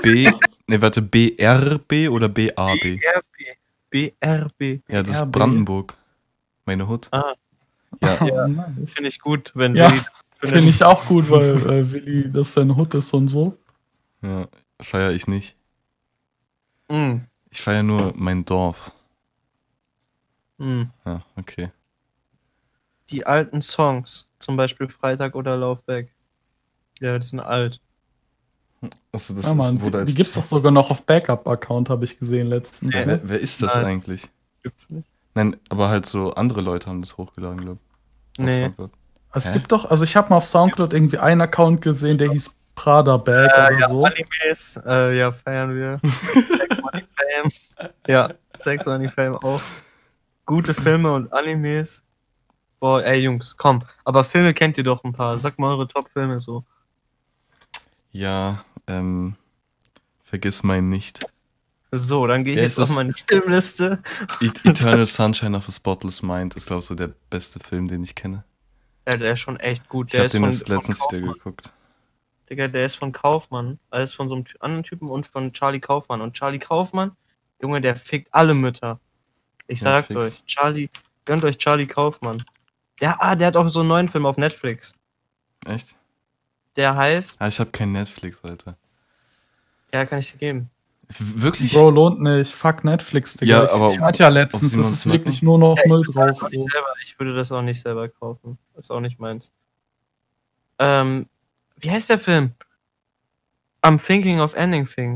BRB oder BAB? BRB. Ja, das ist BRB. Brandenburg. Meine Hut. Ah. Ja, Ja, nice. Finde ich gut, wenn Ja, Willi Finde ich auch gut, weil Willi das sein Hut ist und so. ja, feier ich nicht. Mm, Ich feier nur mein Dorf. mm. Ja, okay. Die alten Songs, zum Beispiel Freitag oder Laufwerk. Ja, die sind alt. Achso, das Ja, Mann, wurde als die gibt's doch sogar noch auf Backup-Account, habe ich gesehen letztens. Ja, Ne? Wer ist das Nein. eigentlich? Gibt's nicht? Nein, aber halt so andere Leute haben das hochgeladen, glaube ich. Auf Nee. Soundcloud. Es Hä? gibt doch, also ich habe mal auf Soundcloud irgendwie einen Account gesehen, der hieß Prada Bag oder so. Animes, ja, feiern wir. Sex Money Fame. Ja, Sex Money Fame auch. Gute Filme und Animes. Boah, ey Jungs, komm. Aber Filme kennt ihr doch ein paar. Sag mal eure Top-Filme so. Ja, vergiss mein nicht. So, dann gehe ich Ja, jetzt es auf ist- meine Filmliste. Eternal Sunshine of a Spotless Mind ist, glaube ich, so der beste Film, den ich kenne. Ja, der ist schon echt gut. Ich Der habe ist den von, jetzt letztens von wieder Kaufmann. geguckt. Digga, der ist von Kaufmann. Also ist von so einem anderen Typen und von Charlie Kaufmann. Und Charlie Kaufmann, Junge, der fickt alle Mütter. Ich Ja, sag's fix. euch. Gönnt euch Charlie Kaufmann. Der hat auch so einen neuen Film auf Netflix. Echt? Der heißt. Ah, ich habe kein Netflix, Alter. Ja, kann ich dir geben. Wirklich? Bro, lohnt nicht. Fuck Netflix, Digga. Ja, aber ich meinte ja letztens, auf das Simons ist wirklich nur noch Ja, Müll ich würde drauf. das auch nicht So. selber- Ich würde das auch nicht selber kaufen. Ist auch nicht meins. Wie heißt der Film? I'm Thinking of Ending Things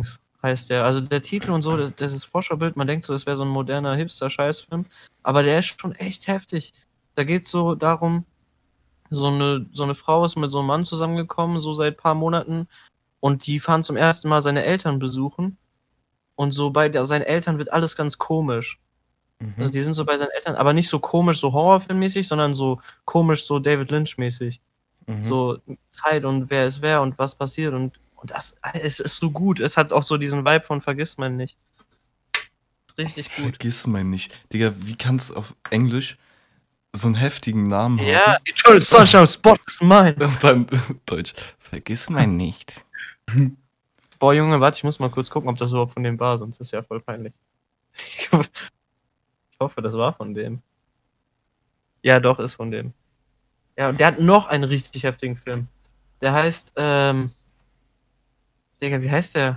heißt der. Also der Titel und so, das ist Vorschaubild, man denkt so, es wäre so ein moderner Hipster-Scheißfilm, aber der ist schon echt heftig. Da geht's so darum, so eine Frau ist mit so einem Mann zusammengekommen, so seit paar Monaten, und die fahren zum ersten Mal seine Eltern besuchen, und so bei seinen Eltern wird alles ganz komisch. Also die sind so bei seinen Eltern, aber nicht so komisch, so Horrorfilmmäßig, sondern so komisch, so David Lynch-mäßig. So Zeit und wer ist wer und was passiert und das, es ist so gut. Es hat auch so diesen Vibe von Vergiss mein nicht. Richtig gut. Vergiss mein nicht. Digga, wie kann's auf Englisch so einen heftigen Namen haben? Ja, Eternal Sunshine Spotless Mind. Und dann Deutsch. Vergiss mein nicht. Boah, Junge, warte, ich muss mal kurz gucken, ob das überhaupt von dem war, sonst ist ja voll peinlich. Ich hoffe, das war von dem. Ja, doch, ist von dem. Ja, und der hat noch einen richtig heftigen Film. Der heißt, Digga, wie heißt der?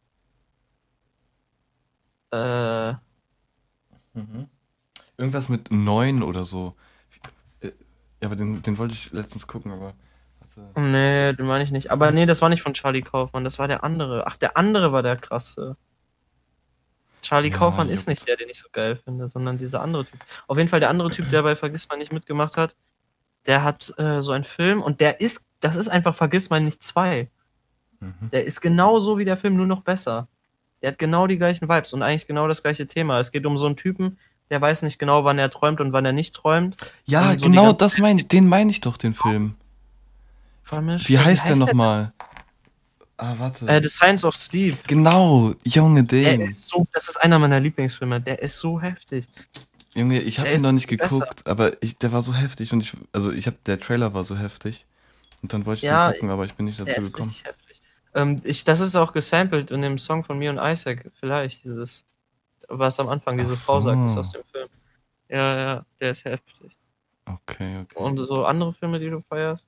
Irgendwas mit 9 oder so. Ja, aber den wollte ich letztens gucken, aber. Warte. Nee, den meine ich nicht. Aber nee, das war nicht von Charlie Kaufmann, das war der andere. Ach, der andere war der krasse. Charlie Ja, Kaufmann ist juckt. nicht der, den ich so geil finde, sondern dieser andere Typ. Auf jeden Fall der andere Typ, der bei Vergiss mein nicht mitgemacht hat, der hat so einen Film und das ist einfach Vergiss mein nicht 2. Der ist genauso wie der Film, nur noch besser. Der hat genau die gleichen Vibes und eigentlich genau das gleiche Thema. Es geht um so einen Typen, der weiß nicht genau, wann er träumt und wann er nicht träumt. Ja, Und so die genau, ganze den meine ich doch, den Film. vermischt. Wie heißt der nochmal? Ah, warte. The Science of Sleep. Genau, Junge, den. Das ist einer meiner Lieblingsfilme. Der ist so heftig. Junge, ich habe Der den ist noch nicht besser. geguckt, aber der war so heftig und der Trailer war so heftig und dann wollte ich Ja, den gucken, aber ich bin nicht Der dazu ist gekommen. richtig heftig. Das ist auch gesampelt in dem Song von mir und Isaac, vielleicht, was am Anfang diese Ach Frau sagt, ist so. aus dem Film. Ja, der ist heftig. Okay. Und so andere Filme, die du feierst?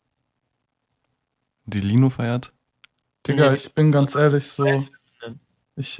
Die Lino feiert? Digga, Nee, ich bin ganz ehrlich so. Ich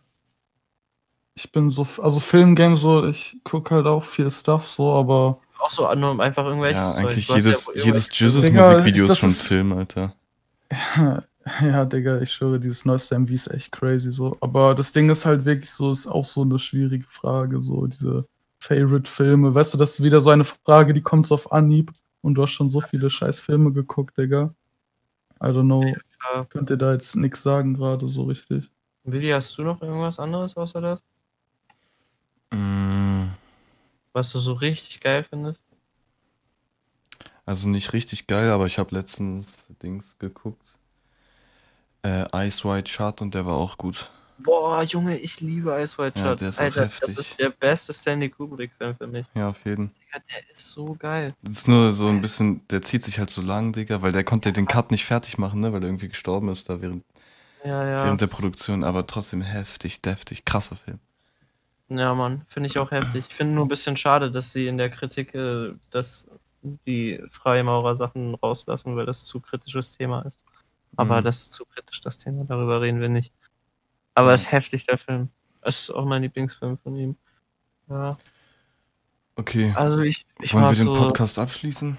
bin so, also Filmgame so, ich gucke halt auch viel Stuff so, aber Auch so nur einfach irgendwelches Ja, Zeug. eigentlich Du hast jedes irgendwelche- Jesus-Musikvideo Digga, ist schon das ist- Film, Alter. ja, Digga, ich schwöre, dieses neueste MV ist echt crazy so. Aber das Ding ist halt wirklich so, ist auch so eine schwierige Frage, so diese Favorite-Filme. Weißt du, das ist wieder so eine Frage, die kommt so auf Anhieb und du hast schon so viele scheiß Filme geguckt, Digga. I don't know. Ja. Könnt ihr da jetzt nichts sagen gerade so richtig? Willi, hast du noch irgendwas anderes außer das? Mm, Was du so richtig geil findest? Also nicht richtig geil, aber ich habe letztens Dings geguckt. Ice White Shut und der war auch gut. Boah, Junge, ich liebe Ice White Ja, Shut. der ist auch Alter, heftig. das ist der beste Stanley Kubrick-Film für mich. Ja, auf jeden. Digga, der ist so geil. Das ist nur so ein bisschen, der zieht sich halt so lang, Digga, weil der konnte den Cut nicht fertig machen, ne, weil er irgendwie gestorben ist da während Ja. der Produktion, aber trotzdem heftig, deftig, krasser Film. Ja, Mann, finde ich auch heftig. Ich finde nur ein bisschen schade, dass sie in der Kritik die Freimaurer-Sachen rauslassen, weil das zu kritisches Thema ist. Aber das ist zu kritisch, das Thema, darüber reden wir nicht. Aber es ist heftig, der Film. Es ist auch mein Lieblingsfilm von ihm. Ja, Okay, also ich wollen mag wir den so, Podcast abschließen?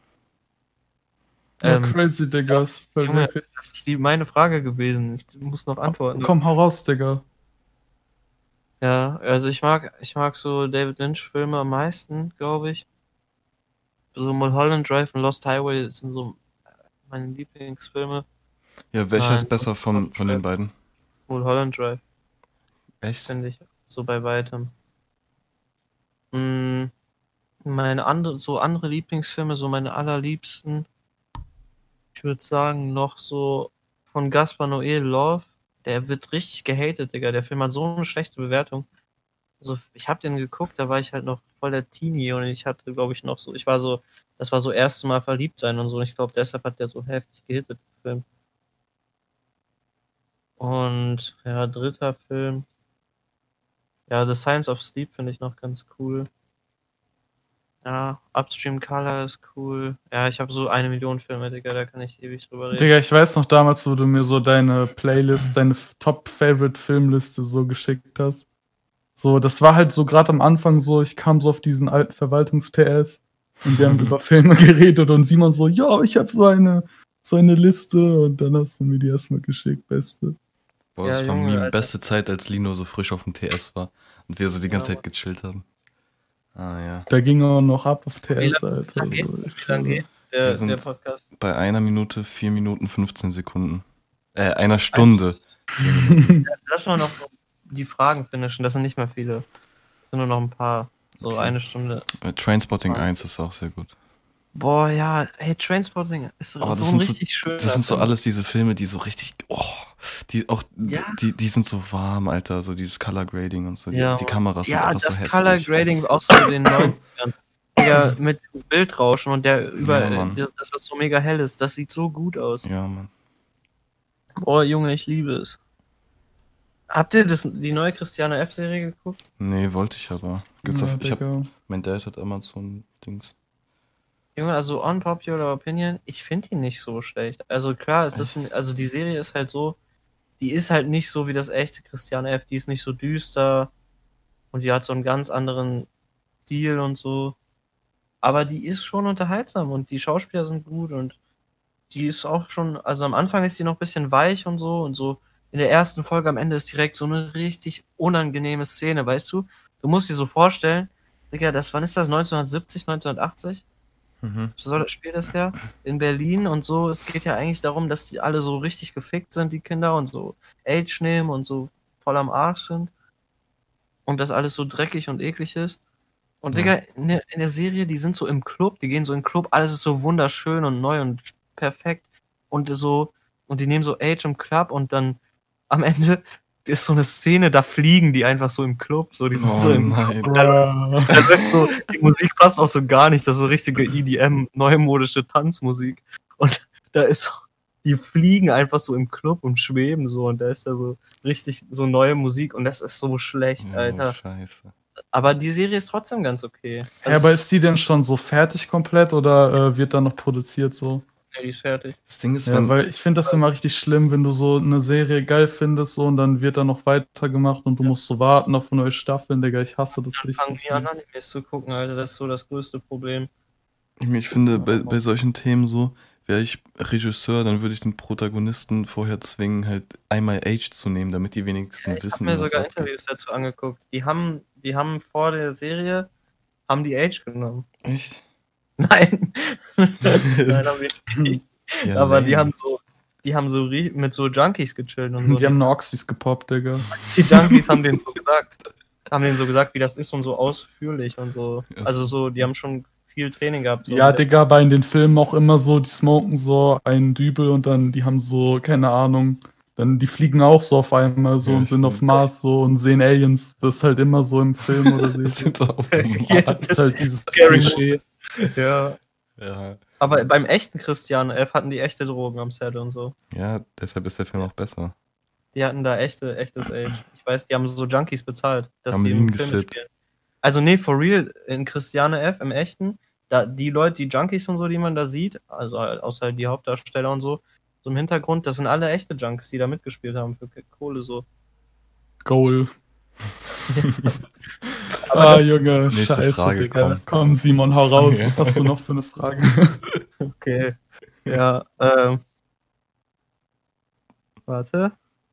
Ja, crazy, Digga. Ist halt Junge, wirklich- das ist meine Frage gewesen. Ich muss noch antworten. Komm, hau raus, Digga. Ja, also ich mag so David Lynch-Filme am meisten, glaube ich. So Mulholland Drive und Lost Highway sind so meine Lieblingsfilme. Ja, welcher Nein, ist besser von den beiden? Mulholland Drive, Echt? finde ich, so bei weitem. Meine andere Lieblingsfilme, so meine allerliebsten, ich würde sagen, noch so von Gaspar Noé Love. Der wird richtig gehatet, Digga. Der Film hat so eine schlechte Bewertung. Also ich habe den geguckt, da war ich halt noch voll der Teenie und ich hatte, glaube ich, noch so, das war so erste Mal verliebt sein und so. Und ich glaube, deshalb hat der so heftig gehittet, der Film. Und ja, dritter Film. Ja, The Science of Sleep finde ich noch ganz cool. Ja, Upstream Color ist cool. Ja, ich habe so 1 Million Filme, Digga, da kann ich ewig drüber reden. Digga, ich weiß noch damals, wo du mir so deine Playlist, deine Top-Favorite-Filmliste so geschickt hast. So, das war halt so gerade am Anfang so, ich kam so auf diesen alten Verwaltungs-TS und wir haben über Filme geredet und Simon so, ja, ich habe so eine Liste und dann hast du mir die erstmal geschickt, Beste. Boah, Ja, das war Junge, die Alter. beste Zeit, als Lino so frisch auf dem TS war und wir so die ganze Ja, Zeit gechillt haben. Ah ja. Da ging er noch ab auf TS, Wie Alter. lang Also, geht Wir der sind Podcast? bei 1 Minute, 4 Minuten, 15 Sekunden. 1 Stunde. 4 Minuten. Lass mal noch die Fragen finishen, das sind nicht mehr viele. Das sind nur noch ein paar. So Okay. 1 Stunde. Trainspotting 20. 1 ist auch sehr gut. Boah, ja, hey, Trainspotting ist Oh, so ein richtig schöner das sind so Film. alles diese Filme, die so richtig, Ja. die sind so warm, Alter, so dieses Color Grading und so, Ja, die Kameras sind Ja, einfach so das heftig. Color Grading aus so den 90ern. Digga, mit Bildrauschen und der Ja, Mann. das, was so mega hell ist, das sieht so gut aus. Ja, Mann. Boah, Junge, ich liebe es. Habt ihr die neue Christiane F-Serie geguckt? Nee, wollte ich aber. Gibt's ja, auf, mein Dad hat Amazon-Dings. Junge, also unpopular opinion, ich finde die nicht so schlecht. Also klar, also die Serie ist halt so, die ist halt nicht so wie das echte Christiane F, die ist nicht so düster und die hat so einen ganz anderen Stil und so. Aber die ist schon unterhaltsam und die Schauspieler sind gut und die ist auch schon, also am Anfang ist die noch ein bisschen weich und so in der ersten Folge am Ende ist direkt so eine richtig unangenehme Szene, weißt du? Du musst dir so vorstellen, Digga, wann ist das? 1970, 1980? Mhm. Spielt das ja in Berlin und so. Es geht ja eigentlich darum, dass die alle so richtig gefickt sind, die Kinder, und so Age nehmen und so voll am Arsch sind. Und das alles so dreckig und eklig ist. Und Ja. Digga, in der Serie, die sind so im Club, die gehen so in den Club, alles ist so wunderschön und neu und perfekt. Und die nehmen so Age im Club und dann am Ende ist so eine Szene, da fliegen die einfach so im Club. So, die sind so im nein. Und da läuft so, die Musik passt auch so gar nicht, das ist so richtige EDM, neumodische Tanzmusik. Und da ist so, die fliegen einfach so im Club und schweben so und da ist da so richtig so neue Musik und das ist so schlecht, Alter. Scheiße. Aber die Serie ist trotzdem ganz okay. Ja, aber ist die denn schon so fertig komplett oder wird da noch produziert so? Ja, die ist fertig. Das Ding ist, Ja, weil ich finde das immer richtig schlimm, wenn du so eine Serie geil findest so und dann wird da noch weitergemacht und du musst so warten auf neue Staffeln, Digga. Ich hasse das Fangen richtig. wir an, Animes zu gucken, Alter. Das ist so das größte Problem. ich finde, bei solchen Themen so, wäre ich Regisseur, dann würde ich den Protagonisten vorher zwingen, halt einmal Age zu nehmen, damit die wenigstens Ich habe wissen, mir was sogar abgeht. Interviews dazu angeguckt. Die haben vor der Serie die Age genommen. Echt? Nein. Nein, haben die nicht. Ja, Aber lame. die haben so mit so Junkies gechillt und so. Die haben eine Oxys gepoppt, Digga. Die Junkies haben denen so gesagt. Haben denen so gesagt, wie das ist und so ausführlich und so. Ja, Also so, die haben schon viel Training gehabt. So Ja, Digga, aber in den Filmen auch immer so, die smoken so einen Dübel und dann, die haben so, keine Ahnung, dann die fliegen auch so auf einmal so Ja, und sind auf stimmt. Mars so und sehen Aliens. Das ist halt immer so im Film oder so. Das sind auch Ja, Das ist halt dieses Scary Klischee. Ja. ja. Aber beim echten Christian F. hatten die echte Drogen am Set und so. ja, deshalb ist der Film auch besser. Die hatten da echtes Age. Ich weiß, die haben so Junkies bezahlt, dass Haben die Lean im Film gesippt. spielen. Also nee, for real, in Christiane F. im Echten, da die Leute, die Junkies und so, die man da sieht, also außer die Hauptdarsteller und so im Hintergrund, das sind alle echte Junkies, die da mitgespielt haben für Kohle so. Goal. Aber Junge, Nächste scheiße, Frage, Digga. komm. Komm, Simon, hau raus. Ja. Was hast du noch für eine Frage? okay. Ja, warte.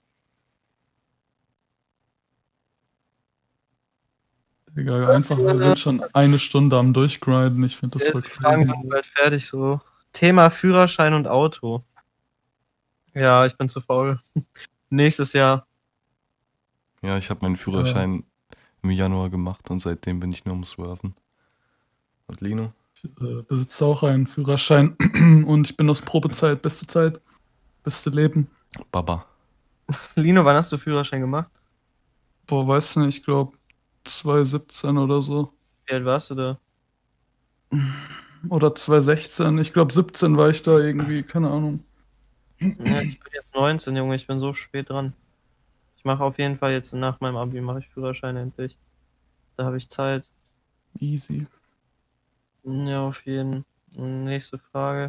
Digga, einfach, wir sind schon 1 Stunde am Durchgrinden. Ich finde das voll Die Fragen crazy. sind bald fertig so. Thema Führerschein und Auto. Ja, ich bin zu faul. Nächstes Jahr. Ja, ich habe meinen Führerschein im Januar gemacht und seitdem bin ich nur am Swerven. Und Lino? Ich besitze auch einen Führerschein und ich bin aus Probezeit, beste Zeit, beste Leben. Baba. Lino, wann hast du Führerschein gemacht? Boah, weißt du nicht, ich glaube 2017 oder so. Wie alt warst du da? Oder 2016. Ich glaube 17 war ich da irgendwie, keine Ahnung. Ja, ich bin jetzt 19, Junge, ich bin so spät dran. Ich mache auf jeden Fall jetzt nach meinem Abi mache ich Führerschein endlich. Da habe ich Zeit. Easy. Ja, auf jeden. Nächste Frage.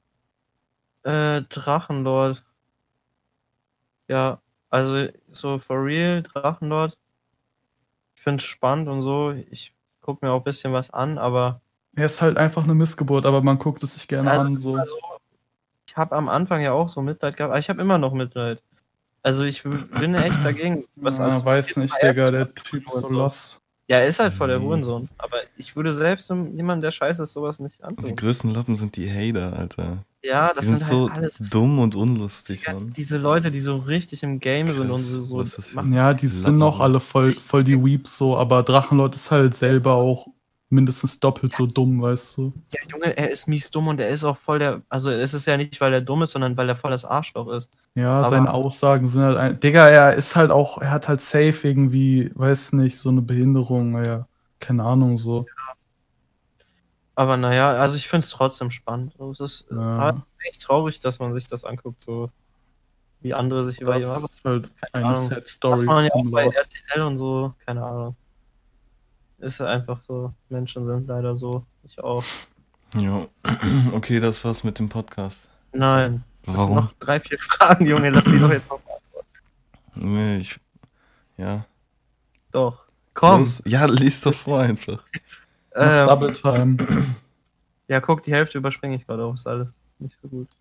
Drachenlord. Ja, also so for real, Drachenlord. Ich finde es spannend und so. Ich gucke mir auch ein bisschen was an, aber Er ist halt einfach eine Missgeburt, aber man guckt es sich gerne an. So. ich habe am Anfang ja auch so Mitleid gehabt, aber ich habe immer noch Mitleid. Also ich bin echt dagegen, was alles weiß passiert. nicht, Aber erst Digga, der was Typ ist und so so. lost. Ja, er ist halt voll der Nee. Hurensohn. Aber ich würde selbst jemandem, der scheiße ist, sowas nicht Die antun. größten Lappen sind die Hater, Alter. Ja, Die das sind sind so halt alles dumm und unlustig, Digga, Mann. diese Leute, die so richtig im Game sind und Krass, so was das für machen. Ja, die sind Lasse auch alle voll die Weeps so, aber Drachenlord ist halt selber auch mindestens doppelt so dumm, weißt du. Ja, Junge, er ist mies dumm und er ist auch voll der. Also, es ist ja nicht, weil er dumm ist, sondern weil er voll das Arschloch ist. Ja, Aber- seine Aussagen sind halt Digga, er ist halt auch, er hat halt safe irgendwie, weiß nicht, so eine Behinderung, ja, keine Ahnung, so. Aber naja, also ich finde es trotzdem spannend. Also, es ist Ja. echt traurig, dass man sich das anguckt, so wie andere sich über ihn. Das Aber ist halt eine Ahnung. Sad macht Story man ja auch vom bei Lord. RTL und so, keine Ahnung. Ist ja einfach so. Menschen sind leider so. Ich auch. Ja, okay, das war's mit dem Podcast. Nein. Das sind Warum? noch 3, 4 Fragen, Junge. Lass die doch jetzt noch. Nee, ja. Doch. Komm. Los. Ja, lies doch vor einfach. Mach Double Time. Ja, guck, die Hälfte überspringe ich gerade auch. Ist alles nicht so gut.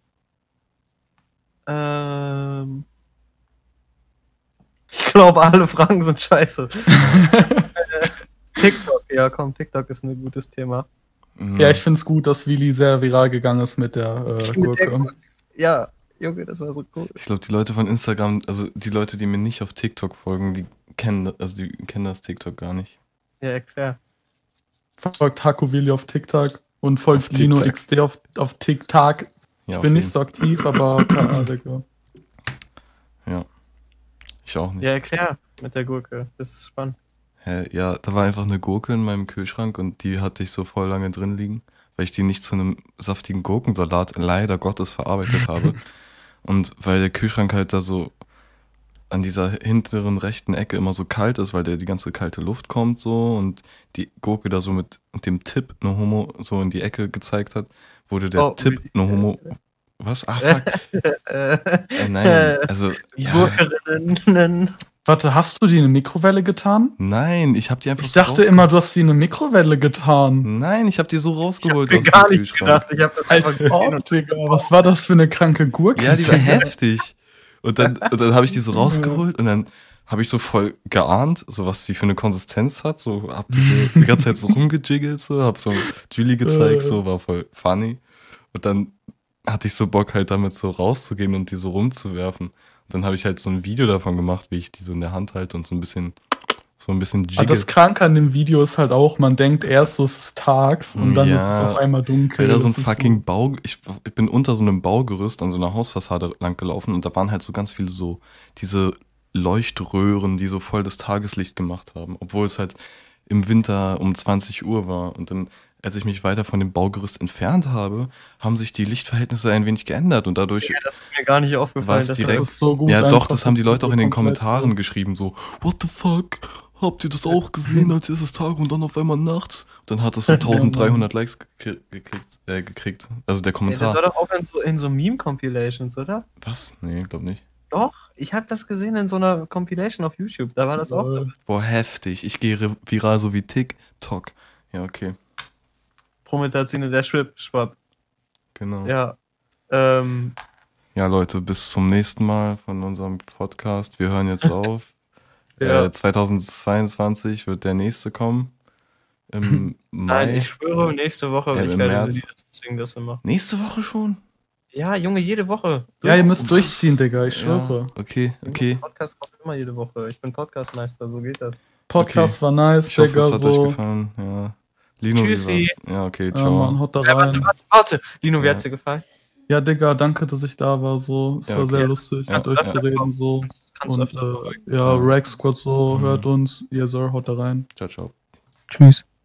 Ich glaube, alle Fragen sind scheiße. TikTok, ja komm, TikTok ist ein gutes Thema. Ja, ich find's gut, dass Willi sehr viral gegangen ist mit der Mit der Gurke. Ja, Junge, das war so cool. Ich glaube, die Leute von Instagram, also die Leute, die mir nicht auf TikTok folgen, die kennen das TikTok gar nicht. Ja, erklär. Folgt Haku Willi auf TikTok und folgt Auf Lino TikTok. XD auf TikTok. Ich Ja, bin auf nicht jeden- so aktiv, aber klar, Digga. Ja. Ich auch nicht. Ja, erklär mit der Gurke. Das ist spannend. Hä, ja, da war einfach eine Gurke in meinem Kühlschrank und die hatte ich so voll lange drin liegen, weil ich die nicht zu einem saftigen Gurkensalat leider Gottes verarbeitet habe. Und weil der Kühlschrank halt da so an dieser hinteren rechten Ecke immer so kalt ist, weil der die ganze kalte Luft kommt so und die Gurke da so mit dem Tipp No Homo so in die Ecke gezeigt hat, wurde der Oh, Tipp No Homo. Was? Ach fuck. Nein, also ja. Gurkerinnen. Warte, hast du die in eine Mikrowelle getan? Nein, ich habe die einfach Ich so dachte immer, du hast die in eine Mikrowelle getan. Nein, ich habe die so Ich rausgeholt hab mir aus dem gar nichts Kühlschrank. gedacht. Ich hab das einfach Als gesehen. ob, Digga. Was war das für eine kranke Gurke? Ja, die war heftig. Und dann habe ich die so rausgeholt und dann habe ich so voll geahnt, so was die für eine Konsistenz hat. So hab die so die ganze Zeit so rumgejiggelt, so hab so Julie gezeigt, so war voll funny. Und dann hatte ich so Bock halt damit so rauszugehen und die so rumzuwerfen. Und dann habe ich halt so ein Video davon gemacht, wie ich die so in der Hand halte und so ein bisschen Aber jiggle. das Kranke an dem Video ist halt auch, man denkt erst so, es ist tags und dann Ja, ist es auf einmal dunkel. Weil da so ein Das ist fucking ich bin unter so einem Baugerüst an so einer Hausfassade lang gelaufen und da waren halt so ganz viele so diese Leuchtröhren, die so voll das Tageslicht gemacht haben, obwohl es halt im Winter um 20 Uhr war. Und dann, als ich mich weiter von dem Baugerüst entfernt habe, haben sich die Lichtverhältnisse ein wenig geändert und dadurch Ja, das ist mir gar nicht war aufgefallen. es dass direkt. Das ist so gut Ja, einfach, doch, das haben die das Leute auch in den komplett Kommentaren so. geschrieben, so, what the fuck? Habt ihr das auch gesehen, als ist es Tag und dann auf einmal nachts? Und dann hat es so 1300 Likes gekriegt. Also der das Kommentar. war doch auch in so Meme-Compilations, oder? Was? Nee, glaub nicht. Doch, ich habe das gesehen in so einer Compilation auf YouTube. Da war das auch. Boah, heftig. Ich gehe viral so wie TikTok. Ja, okay. Promethazine der Schwab. Genau. Ja. Ja, Leute, bis zum nächsten Mal von unserem Podcast. Wir hören jetzt auf. Ja. 2022 wird der nächste kommen. Im Mai. Nein, ich schwöre, nächste Woche, ich im werde März. die dazu zwingen, dass wir machen. Nächste Woche schon? Ja, Junge, jede Woche. Ja, ihr müsst Was? durchziehen, Digga, ich Ja, schwöre. okay. Podcast kommt immer jede Woche. Ich bin Podcastmeister, so geht das. Podcast war nice, Ich hoffe, Digga, es hat euch so. gefallen. Ja. Lino, Tschüssi. wie war's? Ja, okay, Ja, ciao. Mann, haut da Ja, rein. warte. Lino, wie Ja. hat's dir gefallen? Ja, Digga, danke, dass ich da war, so. Es Ja, war okay. sehr lustig, Ja, mit euch ja. zu reden, so. Kannst Und öfter. ja, Rex Squad so, Mhm. hört uns. Ihr Sir, haut da rein. Ciao, ciao. Tschüss.